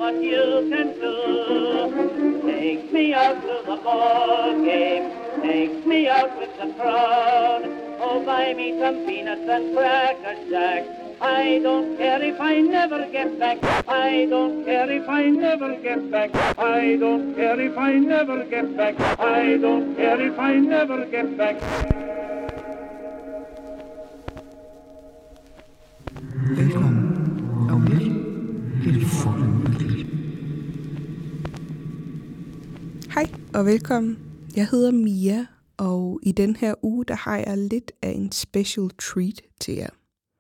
what you can do. Take me out to the ball game. Take me out with the crowd. Oh, buy me some peanuts and cracker jack. I don't care if I never get back. I don't care if I never get back. I don't care if I never get back. I don't care if I never get back. Velkommen, og virkelig helt fucking virkelig. Hej og velkommen. Jeg hedder Mia, og i den her uge, der har jeg lidt af en special treat til jer.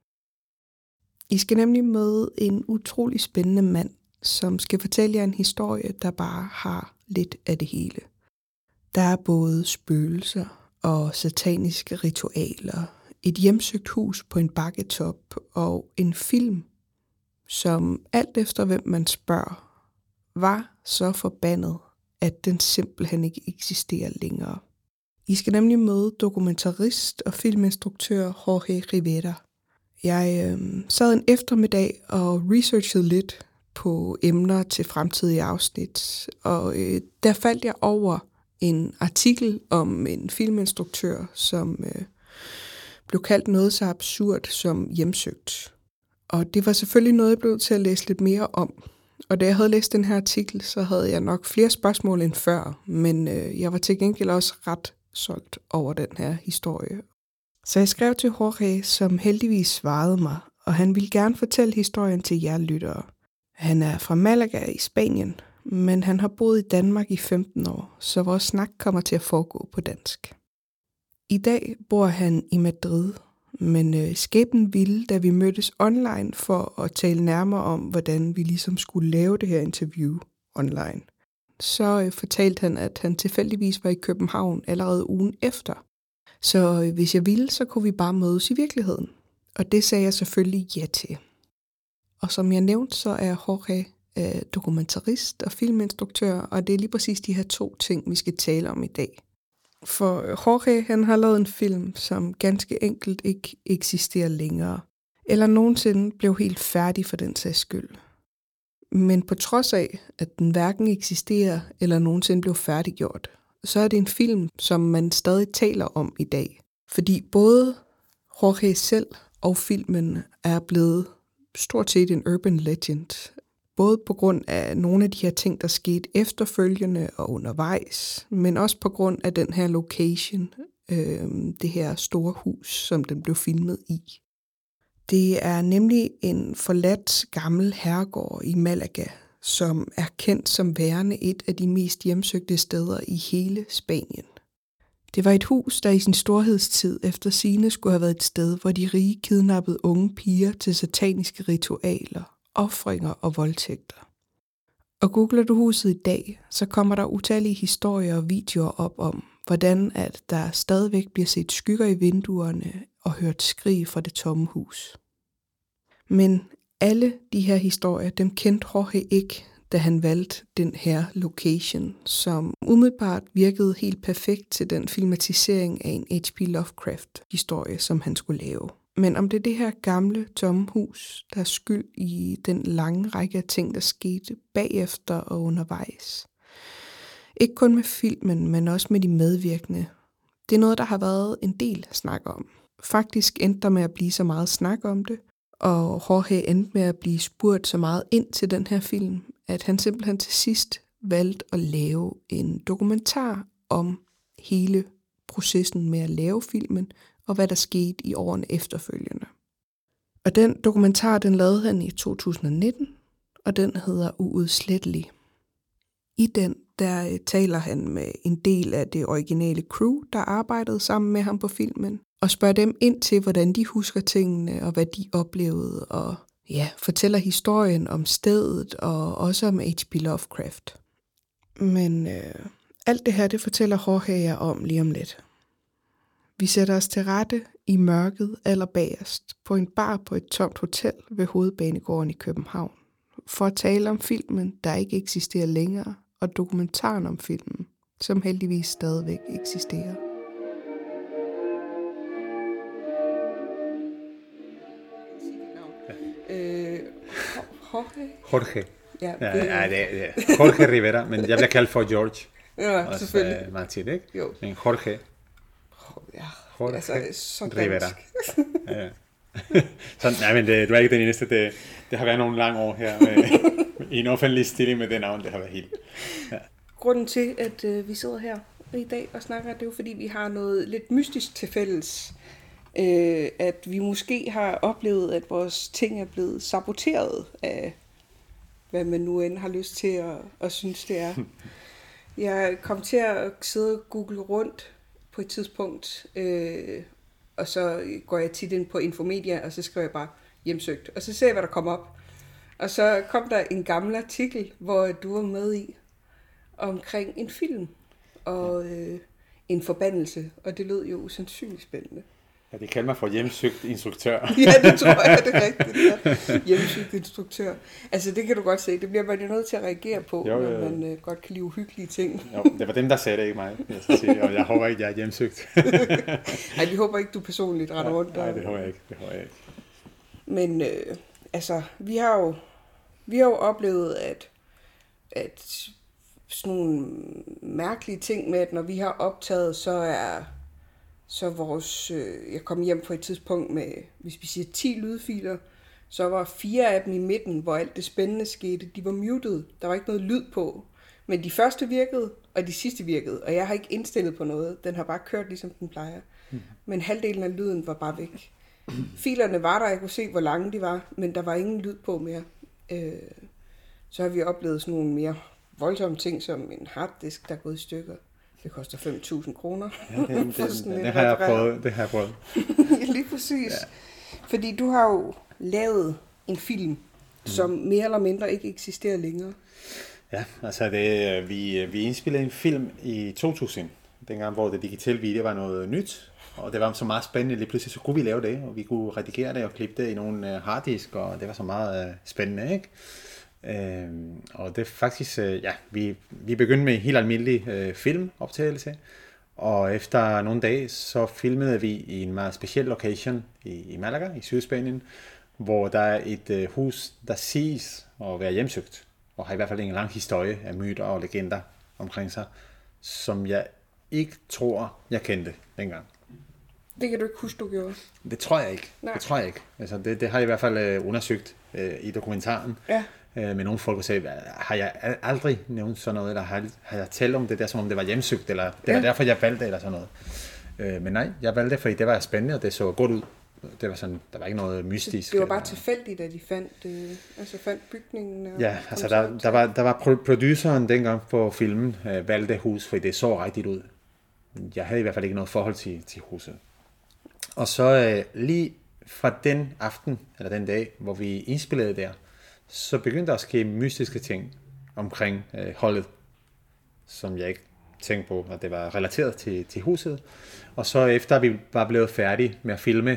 I skal nemlig møde en utrolig spændende mand, som skal fortælle jer en historie, der bare har lidt af det hele. Der er både spøgelser og sataniske ritualer, et hjemsøgt hus på en bakketop og en film, som alt efter hvem man spørger, var så forbandet, at den simpelthen ikke eksisterer længere. I skal nemlig møde dokumentarist og filminstruktør Jorge Rivera. Jeg sad en eftermiddag og researchede lidt på emner til fremtidige afsnit, og der faldt jeg over en artikel om en filminstruktør, som blev kaldt noget så absurd som hjemsøgt. Og det var selvfølgelig noget, jeg blev til at læse lidt mere om. Og da jeg havde læst den her artikel, så havde jeg nok flere spørgsmål end før, men jeg var til gengæld også ret solgt over den her historie. Så jeg skrev til Jorge, som heldigvis svarede mig, og han ville gerne fortælle historien til jer lyttere. Han er fra Malaga i Spanien, men han har boet i Danmark i 15 år, så vores snak kommer til at foregå på dansk. I dag bor han i Madrid, men skæbnen ville, da vi mødtes online for at tale nærmere om, hvordan vi ligesom skulle lave det her interview online. Så fortalte han, at han tilfældigvis var i København allerede ugen efter. Så hvis jeg ville, så kunne vi bare mødes i virkeligheden. Og det sagde jeg selvfølgelig ja til. Og som jeg nævnte, så er Jorge dokumentarist og filminstruktør, og det er lige præcis de her to ting, vi skal tale om i dag. For Jorge, han har lavet en film, som ganske enkelt ikke eksisterer længere, eller nogensinde blev helt færdig for den sags skyld. Men på trods af, at den hverken eksisterer eller nogensinde blev færdiggjort, så er det en film, som man stadig taler om i dag. Fordi både Jorge selv og filmen er blevet stort set en urban legend. Både på grund af nogle af de her ting, der skete efterfølgende og undervejs, men også på grund af den her location, det her store hus, som den blev filmet i. Det er nemlig en forladt gammel herregård i Malaga, som er kendt som værende et af de mest hjemsøgte steder i hele Spanien. Det var et hus, der i sin storhedstid efter sigende skulle have været et sted, hvor de rige kidnappede unge piger til sataniske ritualer, ofringer og voldtægter. Og googler du huset i dag, så kommer der utallige historier og videoer op om, hvordan at der stadigvæk bliver set skygger i vinduerne og hørt skrig fra det tomme hus. Men alle de her historier, dem kendte Jorge ikke, da han valgte den her location, som umiddelbart virkede helt perfekt til den filmatisering af en H.P. Lovecraft-historie, som han skulle lave. Men om det er det her gamle, tomme hus, der er skyld i den lange række af ting, der skete bagefter og undervejs. Ikke kun med filmen, men også med de medvirkende. Det er noget, der har været en del snak om. Faktisk endte der med at blive så meget snak om det, og Jorge endte med at blive spurgt så meget ind til den her film, at han simpelthen til sidst valgte at lave en dokumentar om hele processen med at lave filmen, og hvad der skete i årene efterfølgende. Og den dokumentar, den lavede han i 2019, og den hedder Uudslettelig. I den, der taler han med en del af det originale crew, der arbejdede sammen med ham på filmen, og spørger dem ind til, hvordan de husker tingene, og hvad de oplevede, og fortæller historien om stedet, og også om H.P. Lovecraft. Men alt det her, det fortæller Jorge jer om lige om lidt. Vi sætter os til rette i mørket allerbagerst på en bar på et tomt hotel ved Hovedbanegården i København, for at tale om filmen, der ikke eksisterer længere, og dokumentaren om filmen, som heldigvis stadigvæk eksisterer. Jorge. Ja, det er Jorge Rivera, men jeg bliver kaldt for George. Ja, også, selvfølgelig. Meget tit, ikke? Jo. Men Jorge. Ja, Jorge altså så Rivera. dansk. Ja. Sådan, nej, men du er ikke den eneste. Det har været nogle lange år her med, i en offentlig stilling med det navn. Det har været helt... Ja. Grunden til, at vi sidder her i dag og snakker, det er jo fordi, vi har noget lidt mystisk til fælles. At vi måske har oplevet, at vores ting er blevet saboteret af, hvad man nu end har lyst til at synes, det er. Jeg kom til at sidde og google rundt på et tidspunkt, og så går jeg tit ind på Infomedia, og så skriver jeg bare hjemsøgt, og så ser jeg, hvad der kommer op. Og så kom der en gammel artikel, hvor du var med i, omkring en film og en forbandelse, og det lød jo usandsynligt spændende. Ja, de kalder mig for hjemsøgt instruktør. Ja, det tror jeg, det er rigtigt. Ja. Hjemsøgt instruktør. Altså, det kan du godt se. Det bliver man jo nødt til at reagere på, når man godt kan lide uhyggelige ting. Jo, det var dem, der sagde det, ikke mig. Jeg skal sige, og jeg håber ikke, jeg er hjemsøgt. Nej, vi håber ikke, du personligt retter rundt. Nej, det håber jeg ikke. Men altså, vi har jo oplevet, at sådan nogle mærkelige ting med, at når vi har optaget, så vores, jeg kom hjem på et tidspunkt med, hvis vi siger 10 lydfiler, så var 4 af dem i midten, hvor alt det spændende skete. De var muted. Der var ikke noget lyd på. Men de første virkede, og de sidste virkede. Og jeg har ikke indstillet på noget. Den har bare kørt, ligesom den plejer. Men halvdelen af lyden var bare væk. Filerne var der, jeg kunne se, hvor lange de var, men der var ingen lyd på mere. Så har vi oplevet sådan nogle mere voldsomme ting, som en harddisk, der er gået i stykker. Det koster 5.000 kroner. Ja, det har jeg prøvet. Lige præcis. Ja. Fordi du har jo lavet en film, som mere eller mindre ikke eksisterer længere. Ja, altså vi indspillede en film i 2000, dengang hvor det digitale video var noget nyt. Og det var så meget spændende, lige pludselig så kunne vi lave det, og vi kunne redigere det og klippe det i nogle harddisk, og det var så meget spændende, ikke? Og det er faktisk, vi begyndte med en helt almindelig filmoptagelse, og efter nogle dage, så filmede vi i en meget speciel location i Malaga, i Sydspanien, hvor der er et hus, der siges at være hjemsøgt, og har i hvert fald en lang historie af myter og legender omkring sig, som jeg ikke tror, jeg kendte dengang. Det kan du ikke huske, du gjorde? Det tror jeg ikke. Nej. Det tror jeg ikke. Altså, det har jeg i hvert fald undersøgt i dokumentaren. Ja. Med nogle folk, og sagde, har jeg aldrig nævnt sådan noget, eller har jeg talt om det der, som om det var hjemsøgt, eller det var derfor, jeg valgte, eller sådan noget. Men nej, jeg valgte det, fordi det var spændende, og det så godt ud. Det var sådan, der var ikke noget mystisk. Det var bare tilfældigt, at de fandt bygningen. Ja, altså der var produceren dengang på filmen, valgte hus, fordi det så rigtigt ud. Jeg havde i hvert fald ikke noget forhold til huset. Og så lige fra den aften, eller den dag, hvor vi indspillede der, så begyndte der at ske mystiske ting omkring holdet, som jeg ikke tænkte på, at det var relateret til huset. Og så efter vi var blevet færdige med at filme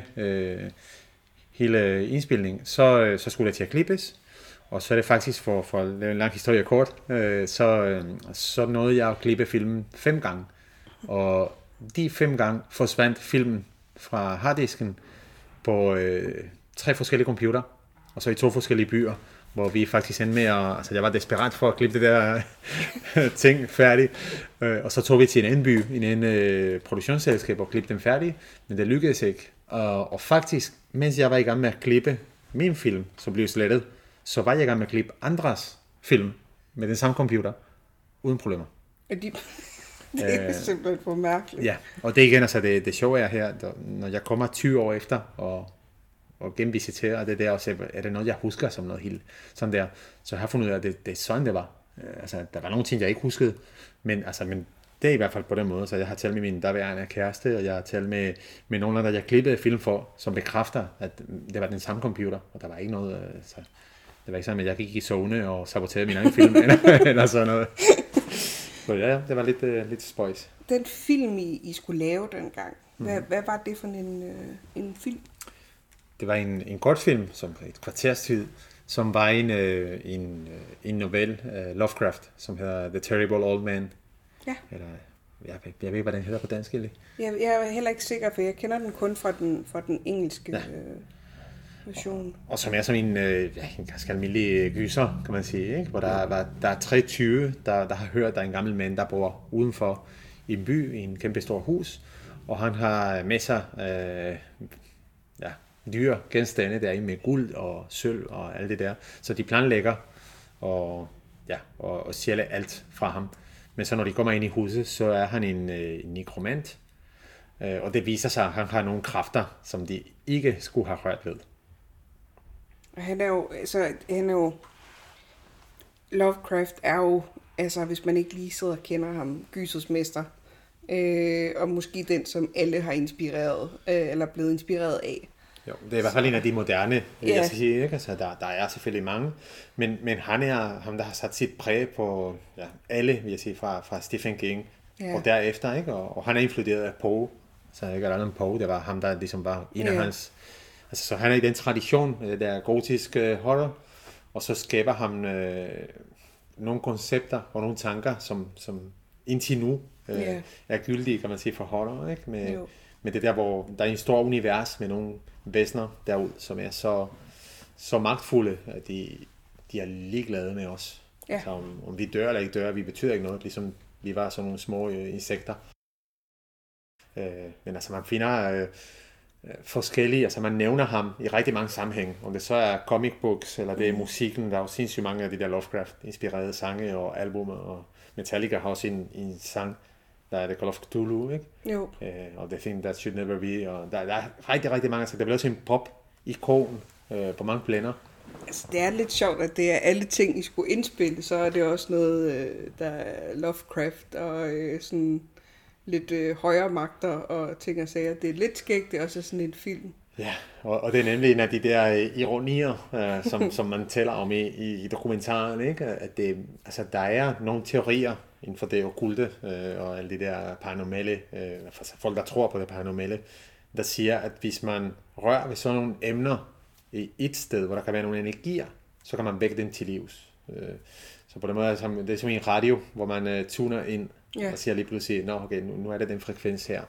hele indspilningen, så skulle det til at klippes. Og så er det faktisk, for at lave en lang historie kort, så nåede jeg at klippe filmen 5 gange. Og de 5 gange forsvandt filmen fra harddisken på 3 forskellige computer, og så i 2 forskellige byer, hvor vi faktisk endte med altså jeg var desperat for at klippe det der ting færdigt, og så tog vi til en anden by, en anden produktionsselskab og klippe dem færdige, men det lykkedes ikke. Og faktisk, mens jeg var i gang med at klippe min film, som blev slettet, så var jeg i gang med at klippe andres film med den samme computer, uden problemer. Det er simpelthen for mærkeligt. Ja, og det igen, altså det sjove er her, når jeg kommer 20 år efter og genvisiterer det der, og ser, er det noget, jeg husker som noget helt sådan der, så jeg har fundet ud af, at det er sådan, det var. Altså, der var nogle ting, jeg ikke huskede, men det er i hvert fald på den måde, så jeg har talt med min daværende kæreste, og jeg har talt med nogle andre, jeg klippede film for, som bekræfter, at det var den samme computer, og der var ikke noget, det var ikke sådan, at jeg gik i zone og saboterede min egen film, eller sådan noget. Så ja, det var lidt spøjs. Den film, I skulle lave dengang, hvad var det for en film? Det var en kortfilm, som et kvarters tid, som var en novelle af Lovecraft, som hedder The Terrible Old Man. Ja. Eller, jeg ved ikke, hvad den hedder på dansk, eller? Jeg er heller ikke sikker, for jeg kender den kun fra den engelske. version. Og som er som en ganske almindelig gyser, kan man sige, ikke? Hvor der er 3 tyve, der har hørt, at der er en gammel mand, der bor udenfor i en by, i en kæmpe stor hus, og han har med sig dyre genstande der med guld og sølv og alt det der. Så de planlægger og stjæle alt fra ham. Men så når de kommer ind i huset, så er han en nekromant, og det viser sig, at han har nogle kræfter, som de ikke skulle have rørt ved. Han er jo, Lovecraft er jo, altså hvis man ikke lige sidder og kender ham, gysers mester, og måske den, som alle har inspireret, eller blevet inspireret af. Jo, det er i hvert fald en af de moderne, jeg skal sige, ikke? Altså, der er selvfølgelig mange, men han er ham, der har sat sit præg på alle, vil jeg sige, fra Stephen King, og derefter, ikke? Og han er influeret af Poe, så ikke andet Poe, det var ham, der ligesom var en af hans. Altså, så han er i den tradition, der er gotisk horror, og så skaber han nogle koncepter og nogle tanker, som indtil nu er gyldige, kan man sige, for horror, ikke? Med det der, hvor der er en stor univers med nogle væsener derud, som er så magtfulde, at de er ligeglade med os. Ja. Så om vi dør eller ikke dør, vi betyder ikke noget, ligesom vi var sådan nogle små insekter. Men altså man finder forskellige, altså man nævner ham i rigtig mange sammenhæng, om det så er comic books, eller det er musikken, der er jo sindssygt mange af de der Lovecraft-inspirerede sange og albumer, og Metallica har også en sang, der er The Call of Cthulhu, ikke? Jo. Og The Thing That Should Never Be, og der er rigtig, rigtig mange, så det bliver også en pop-ikon på mange planer. Altså, det er lidt sjovt, at det er alle ting, I skulle indspille, så er det også noget, der er Lovecraft, og sådan lidt højere magter og ting og sager. Det er lidt skægt, det er også sådan en film. Ja, og det er nemlig en af de der ironier, som man tæller om i dokumentaren, ikke? At det, altså, der er nogle teorier inden for det okkulte og alle de der paranormale, folk der tror på det paranormale, der siger, at hvis man rører ved sådan nogle emner i et sted, hvor der kan være nogle energier, så kan man vække dem til livs. Så på den måde, det er som en radio, hvor man tuner ind og siger lige pludselig, okay, nu er det den frekvens her.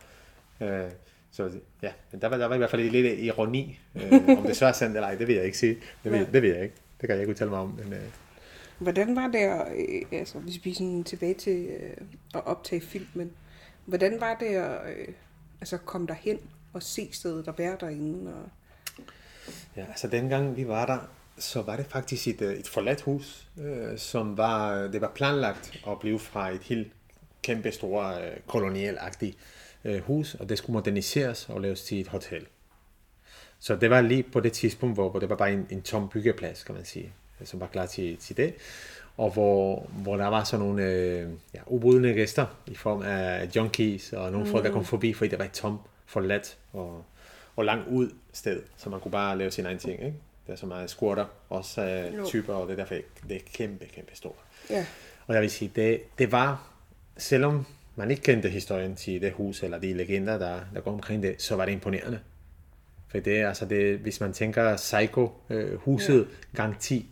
Så ja, men der var i hvert fald lidt ironi. Om det så er sandt eller ej, det vil jeg ikke sige. Det vil jeg ikke. Det kan jeg ikke udtale mig om. Men, hvordan var det, altså hvis vi sådan tilbage til at optage filmen, hvordan var det at komme derhen og se stedet og være derinde? Og... Ja, altså dengang vi var der, så var det faktisk et forladt hus, som det var planlagt at blive fra et helt kæmpe store kolonialagtigt hus, og det skulle moderniseres og laves til et hotel. Så det var lige på det tidspunkt, hvor det var bare en tom byggeplads, kan man sige, som var klar til det, og hvor der var sådan nogle ubudne gæster i form af junkies og nogle folk, der kom forbi, fordi det var et tom, forladt og langt ud sted, så man kunne bare lave sin egen ting, ikke? Der er så meget squatter, også typer, og det er derfor det er kæmpe stort. Ja. Og jeg vil sige, det var, selvom man ikke kendte historien til det hus, eller de legender, der går omkring det, så var det imponerende. For det er altså det, hvis man tænker Psycho-huset gang 10,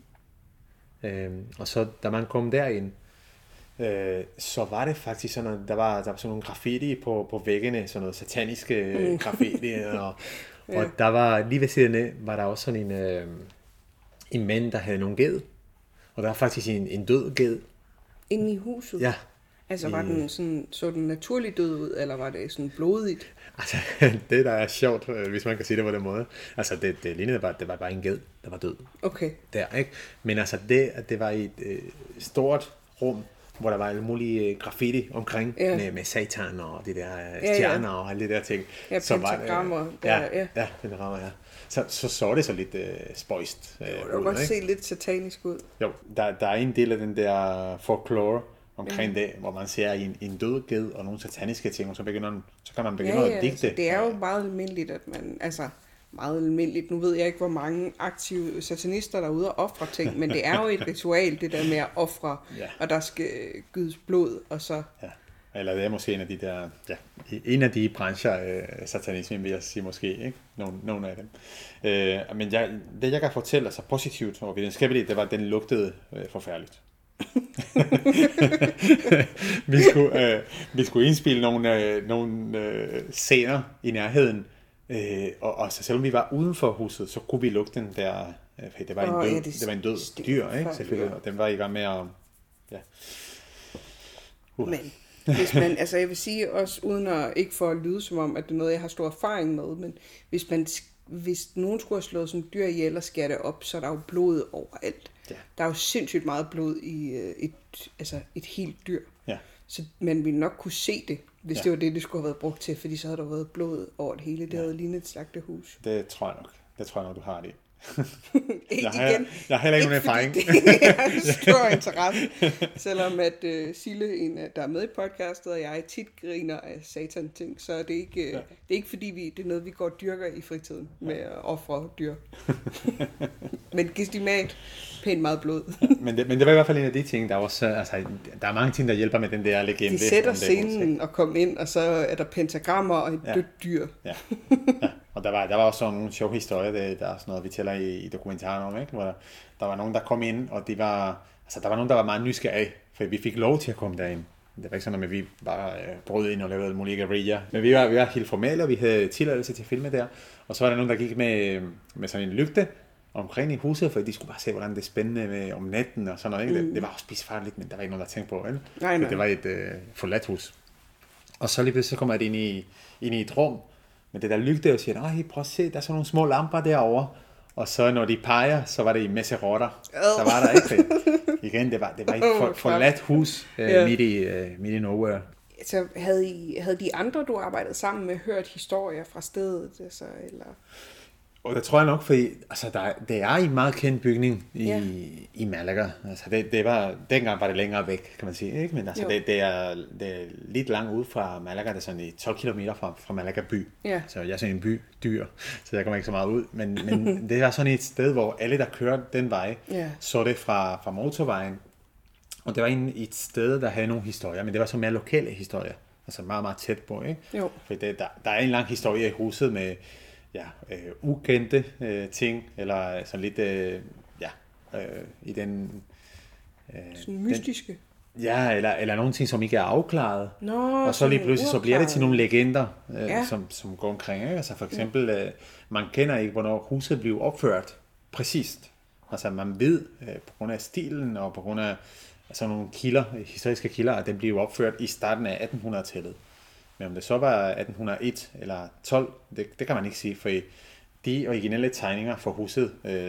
og så da man kom derind, så var det faktisk sådan, der var sådan nogle graffiti på væggene, sådan noget sataniske graffiti, og der var lige ved siden af, var der også sådan en mand, der havde nogle ged, og der var faktisk en død ged. Inde i huset? Ja. Altså var den sådan, så den naturligt død ud, eller var det sådan blodigt? Altså, det der er sjovt, hvis man kan sige det på den måde. Altså, det lignede bare, det var bare en ged, der var død. Okay. Der, ikke? Men altså, det var i et stort rum, hvor der var alle mulige graffiti omkring, med satan og de der stjerner og alle de der ting. Ja, pentagrammer. Pentagrammer, så det så lidt spøjst. Det kunne godt se lidt satanisk ud. Jo, der er en del af den der folklore omkring det, hvor man ser en død ged og nogle sataniske ting, og så kan man begynde at digte. Det er jo meget almindeligt, at man, altså meget almindeligt, nu ved jeg ikke, hvor mange aktive satanister der er ude og ofre ting, men det er jo et ritual, det der med at ofre, og der skal gydes blod, og så... Ja. Eller det er måske en af de brancher, satanismen vil jeg sige måske, ikke? Nogle af dem. Men det jeg kan fortælle, altså positivt og videnskabeligt, det var, at den lugtede forfærdeligt. Vi skulle indspille nogle scener i nærheden Og så selvom vi var uden for huset, så kunne vi lugte den der, det var en død dyr, ikke? Selvfølgelig, og den var i gang med at, ja. Men hvis man, altså jeg vil sige også, uden at ikke få at lyde som om, at det er noget, jeg har stor erfaring med, men hvis nogen skulle have slået sådan en dyr ihjel og skære det op, så er der jo blod overalt. Ja. Der er jo sindssygt meget blod i et helt dyr. Ja. Så man ville nok kunne se det, hvis det var det skulle have været brugt til, fordi så havde der været blod over det hele. Det havde lignet et slagtehus. Det tror jeg nok, du har det. Jeg har heller ikke nogen erfaring. Det er en stor interesse. Selvom at Sille, der er med i podcastet, og jeg tit griner af satan ting, så er det ikke, det er ikke fordi det er noget, vi går og dyrker i fritiden med at ofre dyr. Men gestimat, pænt meget blod. men det var i hvert fald en af de ting, der også, altså, der er mange ting, der hjælper med den der legende. De sætter scenen og kommer ind, og så er der pentagrammer og et dødt dyr. Ja. Og der var også sådan nogle sjove historier, der er sådan noget, vi tæller i dokumentaren om, ikke? Hvor der var nogen, der kom ind, og der var nogen, der var meget nysgerrige, for vi fik lov til at komme derind. Det var ikke sådan, at vi bare brød ind og lavede alle mulige guerilla. Men vi var helt formelle, og vi havde tilladelse til at filme der. Og så var der nogen, der gik med sådan en lygte omkring i huset, for de skulle bare se, hvordan det er spændende om natten og sådan noget. Ikke? Det var også spidsfarligt, men der var ikke nogen, der tænkte på, vel? Nej. Det var et forladt hus. Og så lige pludselig så kommer jeg ind i et rum, men det der lygte og siger, nej, prøv at se, der er sådan nogle små lamper derovre. Og så når de peger, så var det en masse rotter. Så var der ikke. Igen, det var et forladt hus midt i nowhere. Så havde de andre, du arbejdede sammen med, hørt historier fra stedet? Altså, eller? Og det tror jeg nok, fordi altså, det er en meget kendt bygning i Malaga. Altså, dengang var det længere væk, kan man sige. Ikke? Men altså, det er lidt langt ude fra Malaga. Det er sådan i 12 kilometer fra Malaga by. Ja. Så jeg er sådan en bydyr, så jeg kommer ikke så meget ud. Men det er sådan et sted, hvor alle, der kører den vej, så det fra motorvejen. Og det var et sted, der havde nogle historier, men det var så mere lokale historier. Altså meget, meget tæt på. Ikke? Jo. Fordi der er en lang historie i huset med ukendte ting, eller sådan lidt, i den... sådan mystiske? Eller nogle ting, som ikke er afklaret. Og så lige pludselig, så bliver det til nogle legender, som går omkring. Ikke? Altså for eksempel, man kender ikke, hvornår huset blev opført præcist. Altså man ved, på grund af stilen, og på grund af sådan nogle kilder, historiske kilder, at den blev opført i starten af 1800-tallet. Men om det så var 1801 eller 12, det kan man ikke sige, for de originelle tegninger for huset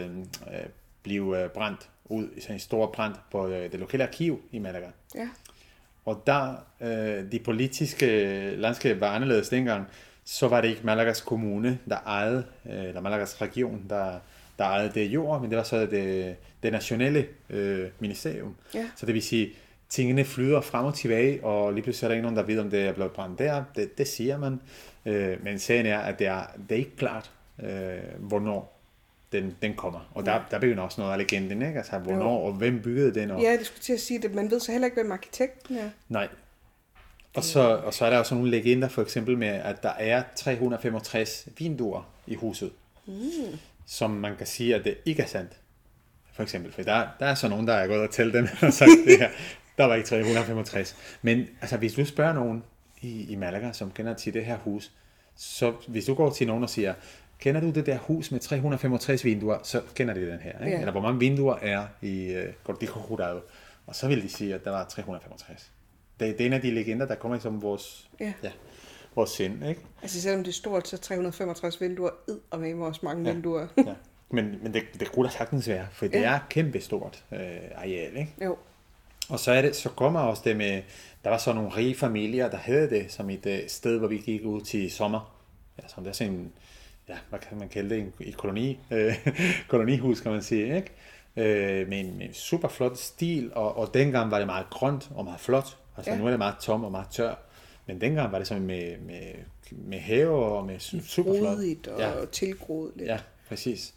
blev brændt ud i sådan en stor brand på det lokale arkiv i Malaga. Ja. Og der de politiske landskab var anderledes dengang, så var det ikke Malagas kommune, der ejede, eller Malagas region, der ejede det jord, men det var så det nationale ministerium. Ja. Så det vil sige, tingene flyder frem og tilbage, og lige pludselig er der ikke nogen, der ved, om det er blevet brændt der. Det siger man. Men sagen er, at det er ikke klart, hvornår den kommer. Og der begynder også noget af legenden, ikke? Altså, hvornår og hvem byggede den? Og... Ja, det skulle til at sige det. Man ved så heller ikke, hvem arkitekten er. Nej. Og så er der også nogle legender, for eksempel med, at der er 365 vinduer i huset. Som man kan sige, at det ikke er sandt. For eksempel, for der er så nogen, der er gået og tælle dem og sagt det her. Der var ikke 365. Men altså, hvis du spørger nogen i Malaga, som kender til det her hus, så hvis du går til nogen og siger, kender du det der hus med 365 vinduer, så kender de den her. Ikke? Ja. Eller hvor mange vinduer er i Cortijo Jurado. Og så vil de sige, at der var 365. Det er en af de legender, der kommer som vores sind. Ikke? Altså selvom det er stort, så 365 vinduer og med også mange vinduer. Ja. Men det kunne da sagtens være, for det er kæmpe stort areal, ikke? Jo. Og så kommer også det med, der var så nogle rige familier, der havde det som et sted, hvor vi gik ud til sommer. Ja, som det er sådan en, hvad kan man kalde det, et kolonihus, kan man sige, ikke? Med en super flot stil, og dengang var det meget grønt og meget flot. Altså nu er det meget tom og meget tør. Men dengang var det sådan med have og med super flot. Rodigt og tilgroet lidt. Ja, præcis.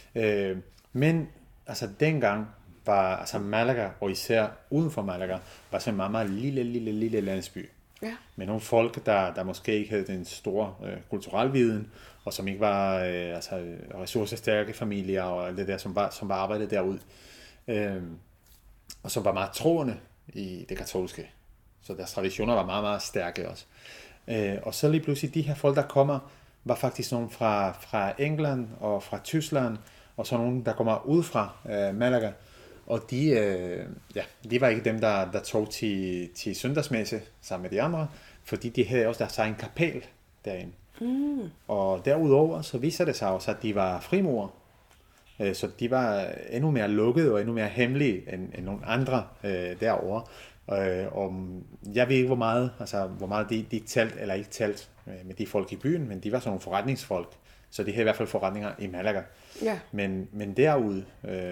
Men altså dengang var altså Malaga, og især uden for Malaga, var sådan en meget, meget lille landsby. Ja. Med nogle folk, der måske ikke havde den store kulturel viden, og som ikke var ressourcestærke familier, og det der, som var arbejdet derude. Og som var meget troende i det katolske. Så deres traditioner var meget, meget stærke også. Og så lige pludselig de her folk, der kommer, var faktisk nogen fra England og fra Tyskland, og så nogen, der kommer ud fra Malaga. Og de var ikke dem, der tog til søndagsmesse sammen med de andre, fordi de havde også deres egen kapel derinde. Og derudover så viser det sig også, at de var frimurer. Så de var endnu mere lukkede og endnu mere hemmelige end nogle andre derovre. Og jeg ved ikke, hvor meget de talt eller ikke talt med de folk i byen, men de var sådan nogle forretningsfolk. Så de havde i hvert fald forretninger i Malaga. Ja. Men derude,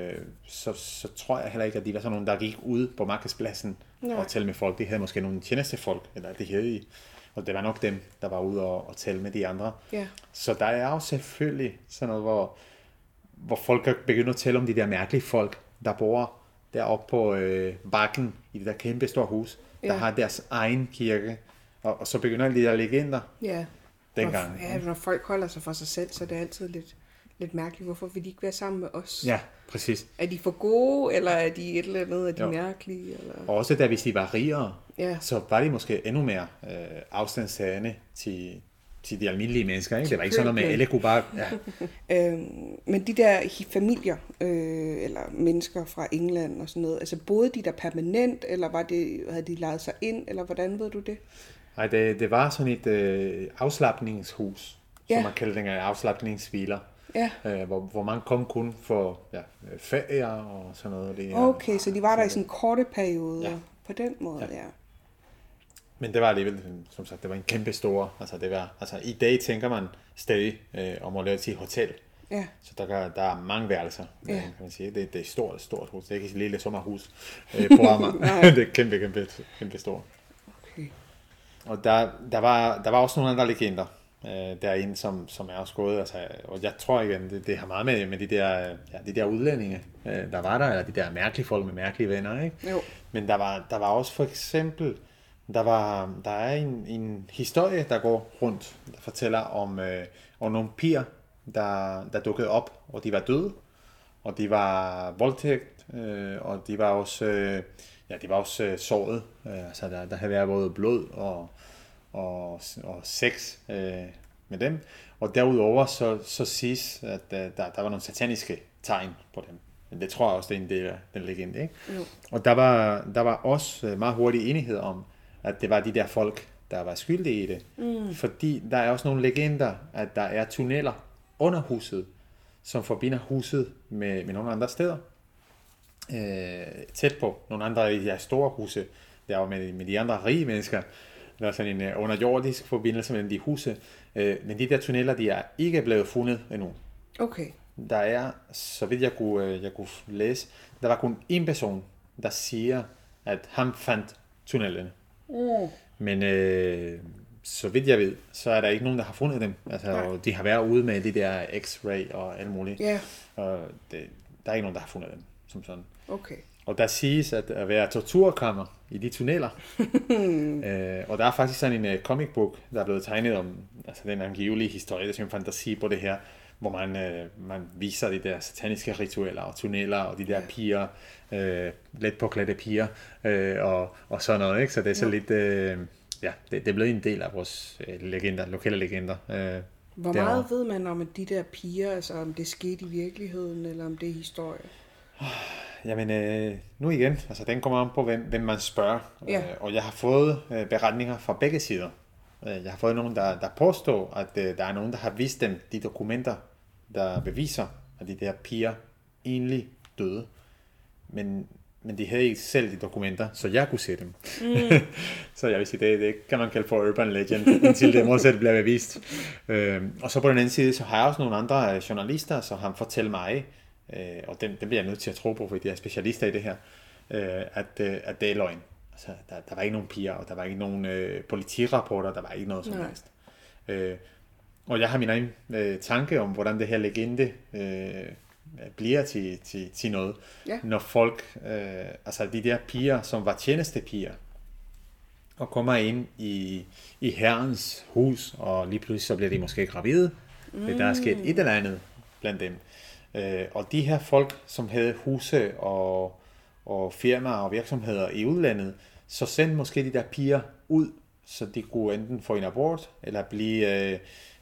så tror jeg heller ikke, at de var sådan nogle, der gik ud på markedspladsen og talte med folk. De havde måske nogle tjenestefolk, eller det havde de. Og det var nok dem, der var ude og tale med de andre. Ja. Så der er jo selvfølgelig sådan noget, hvor folk begynder at tale om de der mærkelige folk, der bor deroppe på bakken i det der kæmpe store hus, der har deres egen kirke. Og så begynder de der legender dengang. Ja, når folk holder sig for sig selv, så er det altid lidt mærkeligt. Hvorfor vil de ikke være sammen med os? Ja, præcis. Er de for gode, eller er de et eller andet, er de mærkelige? Eller? Og også da hvis de var rigere, så var de måske endnu mere afstandstagende til de almindelige mennesker. Ikke? Det var ikke sådan noget med alle kunne bare... Ja. Men de der familier, eller mennesker fra England og sådan noget, altså boede de der permanent, eller havde de lejet sig ind, eller hvordan ved du det? Nej, det var sådan et afslapningshus, som man kaldte dengang afslapningshviler. Ja. Hvor man kom kun for ferier og sådan noget. Okay, så de var der i sådan en korte periode på den måde, ja. Men det var alligevel, som sagt, det var en kæmpe stor, i dag tænker man stadig om at lave til hotel. Ja. Så der er mange værelser, kan man sige. Det er et stort hus. Det er ikke et lille sommerhus på Amager. Det er kæmpe stort. Okay. Og der var også nogle andre legender derinde, som er også gået. Og jeg tror igen, det har meget med de der udlændinge, der var der, eller de der mærkelige folk med mærkelige venner. Ikke? Jo. Men der var også for eksempel... Der er en historie, der går rundt, der fortæller om nogle piger, der dukkede op, og de var døde, og de var voldtægt, og de var også såret. Der havde været både blod og sex med dem. Og derudover så siges, at der var nogle sataniske tegn på dem. Men det tror jeg også, det er en del af den legende. Ikke? Jo. Og der var også meget hurtig enighed om, at det var de der folk, der var skyldige i det. Fordi der er også nogle legender, at der er tunneller under huset, som forbinder huset med nogle andre steder. Tæt på nogle andre af de her store huse, der var med de andre rige mennesker. Der er sådan en underjordisk forbindelse mellem de huse. Men de der tunneller, de er ikke blevet fundet endnu. Okay. Der er, så vidt jeg kunne læse, der var kun en person, der siger, at han fandt tunnelerne. Men så vidt jeg ved, så er der ikke nogen, der har fundet dem. De har været ude med de der x-ray og alt muligt. Yeah. Og der er ikke nogen, der har fundet dem som sådan. Okay. Og der siges at være torturkammer i de tunneller. Og der er faktisk sådan en comic book, der er blevet tegnet om den angivelige historie, det er en fantasi på det her, hvor man viser de der sataniske ritualer og tunneller og de der piger, let påklædte piger og sådan noget, ikke? Så det er så lidt, det er blevet en del af vores lokale legender. Hvor meget ved man om de der piger, altså om det skete i virkeligheden, eller om det er historie? Jamen, nu igen, den kommer an på, hvem man spørger. Og jeg har fået beretninger fra begge sider. Jeg har fået nogen, der påstår, at der er nogen, der har vist dem de dokumenter, der beviser, at de der piger egentlig døde. Men de havde ikke selv de dokumenter, så jeg kunne se dem. Så jeg vil sige, det kan man kalde for urban legend, indtil det modsat bliver bevist. Og så på den anden side, så har jeg også nogle andre journalister, som har fortalt mig, og dem bliver jeg nødt til at tro på, fordi de er specialister i det her, at det er løgn. Der var ikke nogen piger, og der var ikke nogen politirapporter, der var ikke noget som helst. Og jeg har min egen tanke om, hvordan det her legende bliver til noget. Når folk, de der piger, som var tjenestepiger, og kommer ind i herrens hus, og lige pludselig så bliver de måske gravide. Der er sket et eller andet blandt dem. Og de her folk, som havde huse og firmaer og virksomheder i udlandet, så sendte måske de der piger ud, så de kunne enten få en abort, eller blive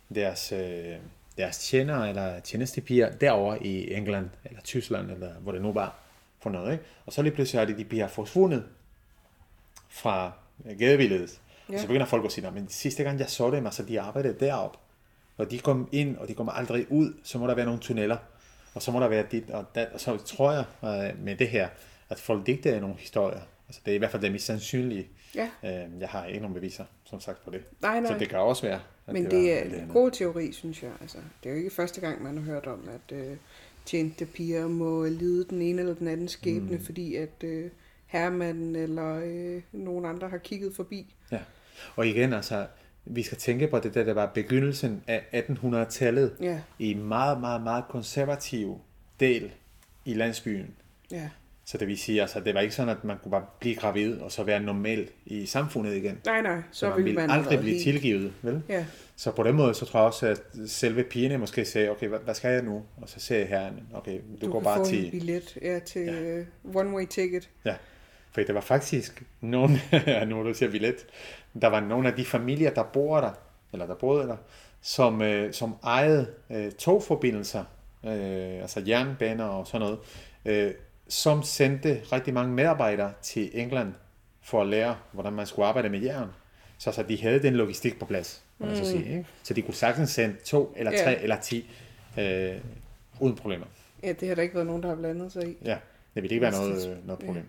deres tjenere eller tjenestepiger derovre i England eller Tyskland, eller hvor det nu var for noget. Ikke? Og så lige pludselig er de piger forsvundet fra gadebilledet. Ja. Og så begynder folk at sige, men sidste gang jeg så dem, altså de arbejdede deroppe, og de kom ind, og de kommer aldrig ud, så må der være nogle tunneller, og så må der være dit og dat, og så tror jeg med det her, at folk digter nogle historier. Altså det er i hvert fald det mest sandsynlige. Ja. Jeg har ikke nogen beviser, som sagt, på det. Nej. Så det kan også være. Men det er en god teori, synes jeg. Altså, det er jo ikke første gang, man har hørt om, at tjente piger må lide den ene eller den anden skæbne, fordi at herremanden eller nogen andre har kigget forbi. Ja, og igen, altså, vi skal tænke på det der var begyndelsen af 1800-tallet i en meget, meget, meget konservativ del i landsbyen. Ja. Så det vil sige, altså, det var ikke sådan, at man kunne bare blive gravid og så være normal i samfundet igen. Nej, så ville man aldrig blive tilgivet, vel? Ja. Så på den måde, så tror jeg også, at selve pigerne måske sagde, okay, hvad skal jeg nu? Og så sagde herren, okay, du går bare til... Du kan få en billet, til one-way ticket. Ja, for det var faktisk nogen, nu du siger billet, der var nogle af de familier, der boede der, som ejede togforbindelser, altså jernbaner og sådan noget, som sendte rigtig mange medarbejdere til England for at lære, hvordan man skulle arbejde med jern. Så de havde den logistik på plads, man så sige, ikke? Så de kunne sagtens sende 2 eller 3 eller 10 uden problemer. Ja, det har der ikke været nogen, der har blandet sig i. Ja, det ville ikke være noget problem.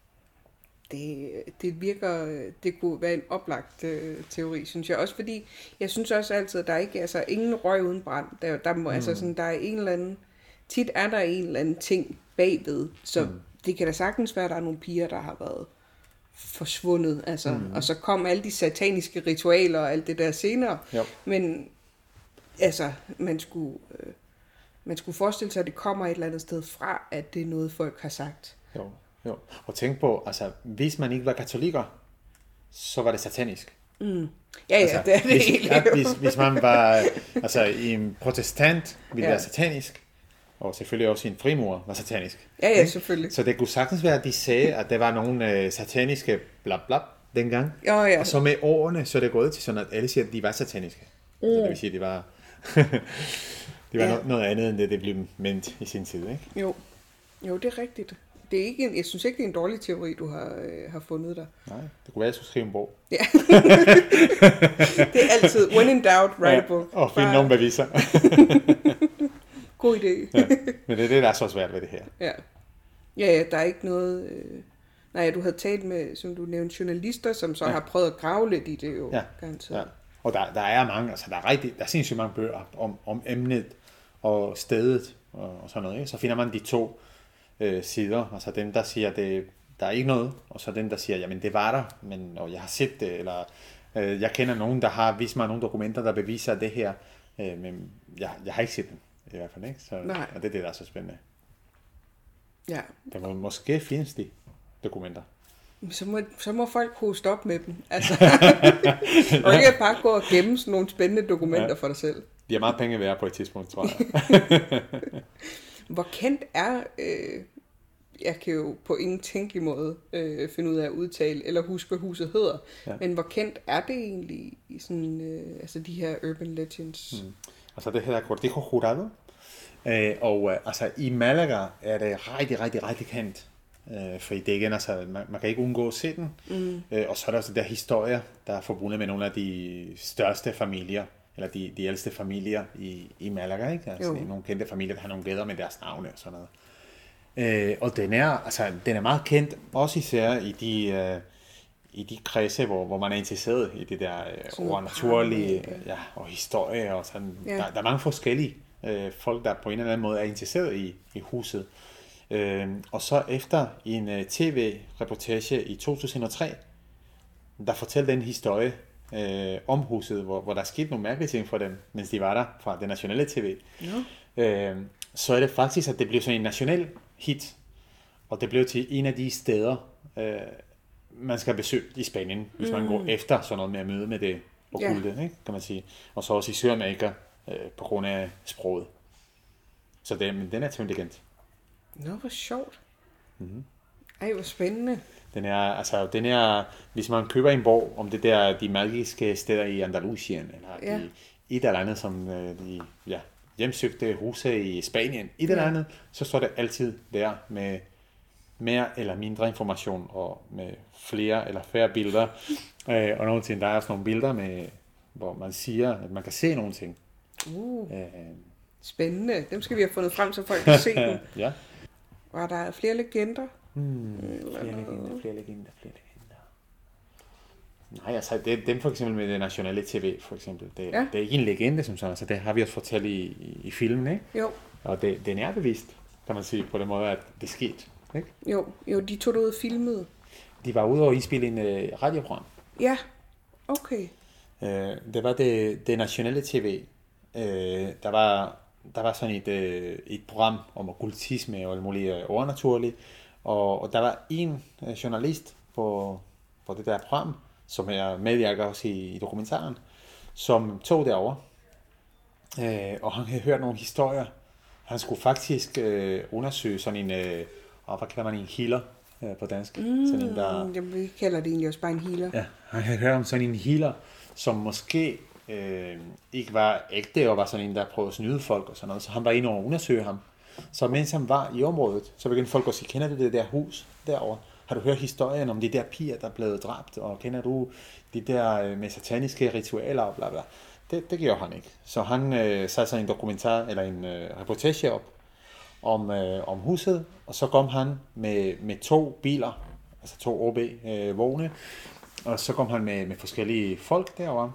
Det virker, det kunne være en oplagt teori, synes jeg. Også fordi, jeg synes også altid, at der ikke er altså ingen røg uden brand. Der må, altså sådan, der er en eller anden, tit er der en eller anden ting bagved, så det kan da sagtens være, at der er nogle piger, der har været forsvundet, altså, og så kom alle de sataniske ritualer og alt det der senere. Jo. Men altså, man skulle forestille sig, at det kommer et eller andet sted fra, at det er noget, folk har sagt. Jo. Og tænk på, altså, hvis man ikke var katolikker, så var det satanisk. Ja, altså, det er det. Hvis man var altså, en protestant, ville det være satanisk. Og selvfølgelig også en frimur var satanisk. Ja, selvfølgelig. Så det kunne sagtens være, at de sagde, at der var nogle sataniske blab dengang. Ja. Og så med årene, så er det gået til sådan, at alle siger, at de var sataniske. Så det vil sige, at det var noget andet, end det blev ment i sin tid, ikke? Jo, det er rigtigt. Det er ikke jeg synes ikke, det er en dårlig teori, du har fundet der. Nej, det kunne være, at jeg skulle skrive en bog. Ja. Det er altid, when in doubt, write a book. Og finde nogle beviser. God idé. Men det er det, der er så svært ved det her. Ja, der er ikke noget... Nej, du havde talt med, som du nævnte, journalister, som så har prøvet at grave lidt i det jo. Ja. Og der er mange, altså der er sindssygt mange bøger om emnet og stedet og sådan noget. Ikke? Så finder man de 2 sider, altså dem, der siger, at der er ikke noget, og så dem, der siger, jamen det var der, og jeg har set det, eller jeg kender nogen, der har vist mig nogle dokumenter, der beviser det her, men jeg har ikke set dem. I hvert fald, ikke? Så, og det er det, der er så spændende. Ja. Der måske findes de dokumenter. Så må folk hoste op med dem. Altså. Og ikke bare gå og gemme sådan nogle spændende dokumenter for dig selv. De har meget penge værd på et tidspunkt, tror jeg. Hvor kendt er... jeg kan jo på ingen tænkelig måde finde ud af at udtale, eller huske, hvad huset hedder. Ja. Men hvor kendt er det egentlig i sådan, altså de her urban legends? Altså det hedder Cortijo Jurado, og altså i Malaga er det rigtig, rigtig, rigtig kendt, fordi det igen, altså man kan ikke undgå at se den, og så er der også der historier, der er forbundet med nogle af de største familier, eller de ældste familier i Malaga, ikke? Altså nogle kendte familier, der har nogle gader med deres navne og sådan noget. Og den er meget kendt, også især i de kredse, hvor man er interesseret i det der overnaturlige og historie og sådan. Ja. Der er mange forskellige folk, der på en eller anden måde er interesseret i huset. Og så efter en tv-reportage i 2003, der fortalte den historie om huset, hvor der skete nogle mærkelige ting for dem, mens de var der fra det nationale tv. Ja. Så er det faktisk, at det blev sådan en national hit, og det blev til en af de steder, man skal besøge i Spanien, hvis man går efter sådan noget med at møde med det okkulte, ikke, kan man sige. Og så også i Sydamerika, på grund af sproget. Så den er temmelig kendt. Nå, hvor sjovt. Ej, hvor spændende. Den er, hvis man køber en bog om det der, de magiske steder i Andalusien, eller et eller andet, som de hjemsøgte huse i Spanien, et eller andet, så står det altid der med mere eller mindre information, og med flere eller færre billeder. Og nogle ting, der er også nogle billeder, hvor man siger, at man kan se nogle ting. Spændende. Dem skal vi have fundet frem, så folk kan se dem. Ja. Var der flere legender? Flere legender. Nej, altså dem for eksempel med det nationale TV, for eksempel. Det er ikke en legende, som sådan. Altså, det har vi også fortalt i filmen, ikke? Jo. Og den er bevist, kan man sige, på den måde, at det skete, ikke? Jo, de tog det ud og filmede. De var ude og indspille en radioprogram. Ja, okay. Det var det nationale TV. Der var sådan et program om okkultisme og alt muligt overnaturligt. Og der var en journalist på det der program, som er medvirker også i dokumentaren, som tog derover. Og han havde hørt nogle historier. Han skulle faktisk undersøge sådan en, hvad kalder man en healer på dansk? Sådan en, der... Vi kalder det egentlig også bare en healer. Ja, han havde hørt om sådan en healer, som måske ikke var ægte, og var sådan en, der prøvede at snyde folk og sådan noget. Så han var inde og undersøge ham. Så mens han var i området, så begyndte folk at sige, kender du det der hus derovre? Har du hørt historien om de der piger, der er blevet dræbt? Og kender du de der med sataniske ritualer og bla bla? Det gjorde han ikke. Så han satte sig en dokumentar, eller en reportage op om huset, og så kom han med 2 biler, altså 2 OB-vogne, og så kom han med forskellige folk derovre.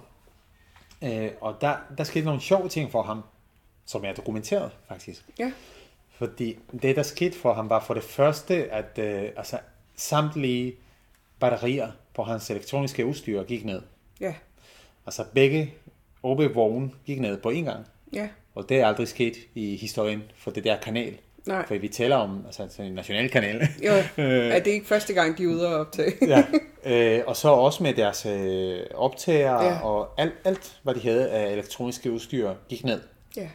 Og der skete nogle sjove ting for ham, som er dokumenteret faktisk. Ja. Fordi det, der skete for ham, var for det første, at samtlige batterier på hans elektroniske udstyr gik ned. Ja. Altså begge OB-vogne gik ned på en gang. Ja. Og det er aldrig sket i historien for det der kanal. Nej. For vi taler om en national kanal. Jo, er det ikke første gang, de er ude og optage? Ja. Og så også med deres optager og alt, hvad de havde af elektroniske udstyr, gik ned. Ja.